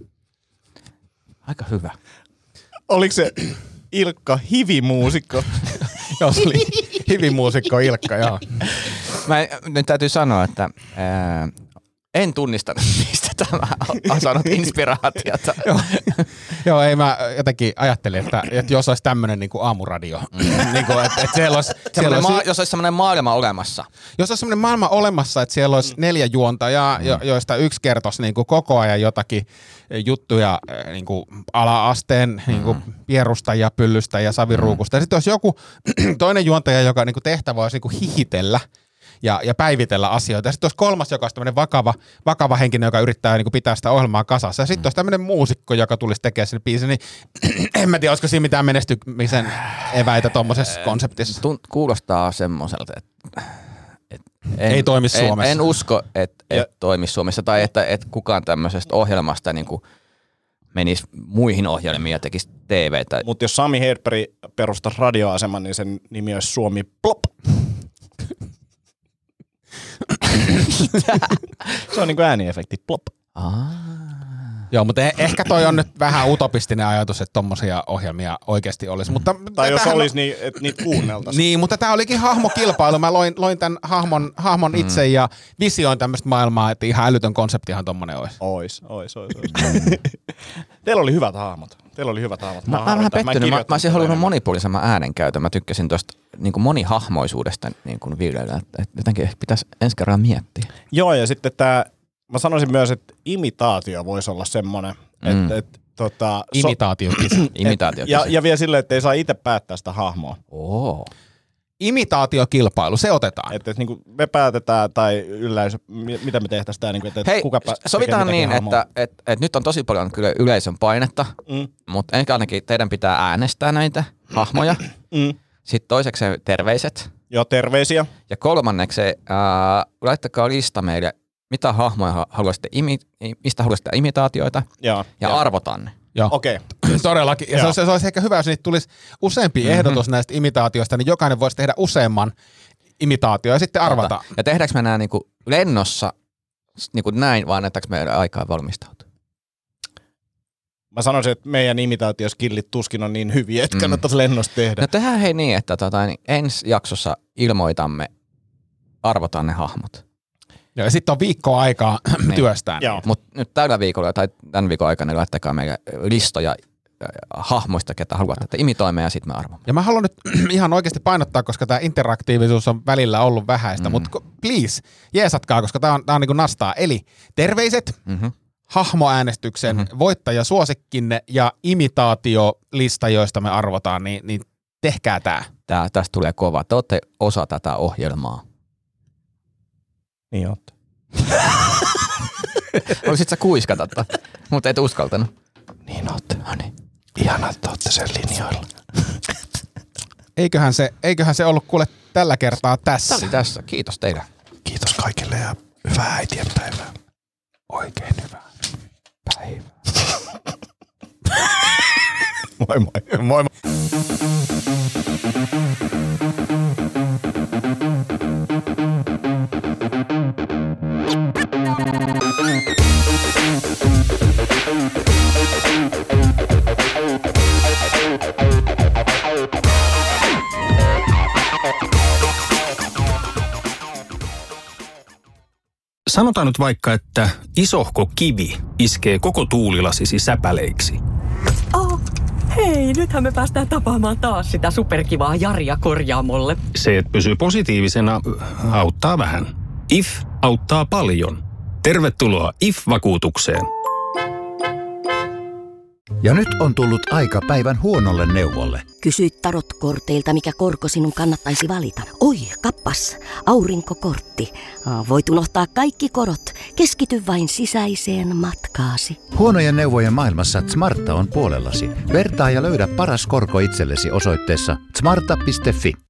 Aika hyvä. Oliko se Ilkka hivimuusikko? Joo, se oli hivimuusikko Ilkka, joo. Nyt täytyy sanoa, että en tunnistanut, mistä tämä on saanut inspiraatiota. Joo, ei mä jotenkin ajattelin, että jos olisi tämmöinen niin kuin aamuradio. Niin kuin, että siellä olisi, jos olisi semmoinen maailma olemassa. Jos olisi semmoinen maailma olemassa, että siellä olisi 4 juontajaa, joista yksi kertoisi niin kuin koko ajan jotakin juttuja niin kuin ala-asteen niin kuin pierusta ja pyllystä ja saviruukusta. Ja sitten olisi joku toinen juontaja, joka niin kuin tehtävä olisi niin kuin hihitellä ja päivitellä asioita. Ja sitten olisi kolmas, joka olisi tämmöinen vakava henkilö, joka yrittää niin kuin pitää sitä ohjelmaa kasassa. Ja sitten olisi tämmöinen muusikko, joka tulisi tekemään sen biisin. Niin en mä tiedä, olisiko siinä mitään menestymisen eväitä tuommoisessa konseptissa. Kuulostaa semmoiselta, että ei toimi Suomessa. En usko, että toimi Suomessa tai että kukaan tämmöisestä ohjelmasta niin kuin menisi muihin ohjelmiin ja tekisi TVtä. Mutta jos Sami Hedberg perustaisi radioaseman, niin sen nimi olisi Suomi Plop. Se on niin kuin ääniefekti. Plop. Joo, mutta ehkä toi on nyt vähän utopistinen ajatus, että tommosia ohjelmia oikeasti olisi. Mutta tai jos olisi, niin että niitä kuunneltaisiin. Niin, mutta tämä olikin hahmokilpailu. Mä loin tämän hahmon itse ja visioin tämmöistä maailmaa, että ihan älytön konseptihan tommonen olisi. Ois. Teillä oli hyvät hahmot. Mä vähän pettynyt. Mä olisin halunnut monipuolisemman äänenkäytön. Mä tykkäsin tuosta niin monihahmoisuudesta niin viljellä. Että jotenkin pitäisi ensi kerran miettiä. Joo, ja sitten mä sanoisin myös, että imitaatio voisi olla semmoinen. Imitaatiokisa. Ja vielä silleen, että ei saa itse päättää sitä hahmoa. Imitaatiokilpailu, se otetaan. Että niin me päätetään tai yleisö, mitä me tehtäisiin tämä. Niin että hei, sovitaan niin, että nyt on tosi paljon kyllä yleisön painetta, mutta ainakin teidän pitää äänestää näitä hahmoja. Sitten toiseksi terveiset. Joo, terveisiä. Ja kolmanneksi laittakaa lista meille, mitä hahmoja haluaisitte, mistä haluaisitte imitaatioita ja arvotaan ne. Joo. Okei. Todellakin. Ja se olisi ehkä hyvä, jos niitä tulisi useampi ehdotus näistä imitaatioista, niin jokainen voisi tehdä useamman imitaatio ja sitten arvata. Ja tehdäänkö me nämä niinku lennossa niinku näin, vai annettaanko meidän aikaa valmistautua? Mä sanoisin, että meidän imitaatioskillit tuskin on niin hyviä, että kannattaisi lennosta tehdä. No tehdään hei niin, että ensi jaksossa ilmoitamme, arvotaan ne hahmot. Ja sitten on viikkoa aikaa työstään. Mutta nyt tällä viikolla tai tämän viikon aikana laittakaa meille listoja hahmoista, ketä haluatte, että imitoimme ja sitten me arvomme. Ja mä haluan nyt ihan oikeasti painottaa, koska tämä interaktiivisuus on välillä ollut vähäistä, mutta please, jeesatkaa, koska tämä on niin kuin nastaa. Eli terveiset, hahmoäänestyksen voittajasuosikkinne ja imitaatiolista, joista me arvotaan, niin tehkää tämä. Tästä tulee kova. Te olette osa tätä ohjelmaa. Niin ootte. Olisit sä kuiskata, mutta et uskaltanut. Niin ootte. No niin. Ihanaa, että ootte sen linjoilla. Eiköhän se ollut kuule tällä kertaa tässä. Tämä oli tässä. Kiitos teille. Kiitos kaikille ja hyvää äitienpäivää. Oikein hyvää päivää. Moi moi. Moi moi. Sanotaan nyt vaikka, että isohko kivi iskee koko tuulilasisi säpäleiksi. Oh, hei, nythän me päästään tapaamaan taas sitä superkivaa Jaria korjaamolle. Se, että pysyy positiivisena, auttaa vähän. IF auttaa paljon. Tervetuloa IF-vakuutukseen. Ja nyt on tullut aika päivän huonolle neuvolle. Kysyit tarotkorteilta, mikä korko sinun kannattaisi valita. Oi, kappas, aurinkokortti. Voit unohtaa kaikki korot. Keskity vain sisäiseen matkaasi. Huonojen neuvojen maailmassa Smarta on puolellasi. Vertaa ja löydä paras korko itsellesi osoitteessa smarta.fi.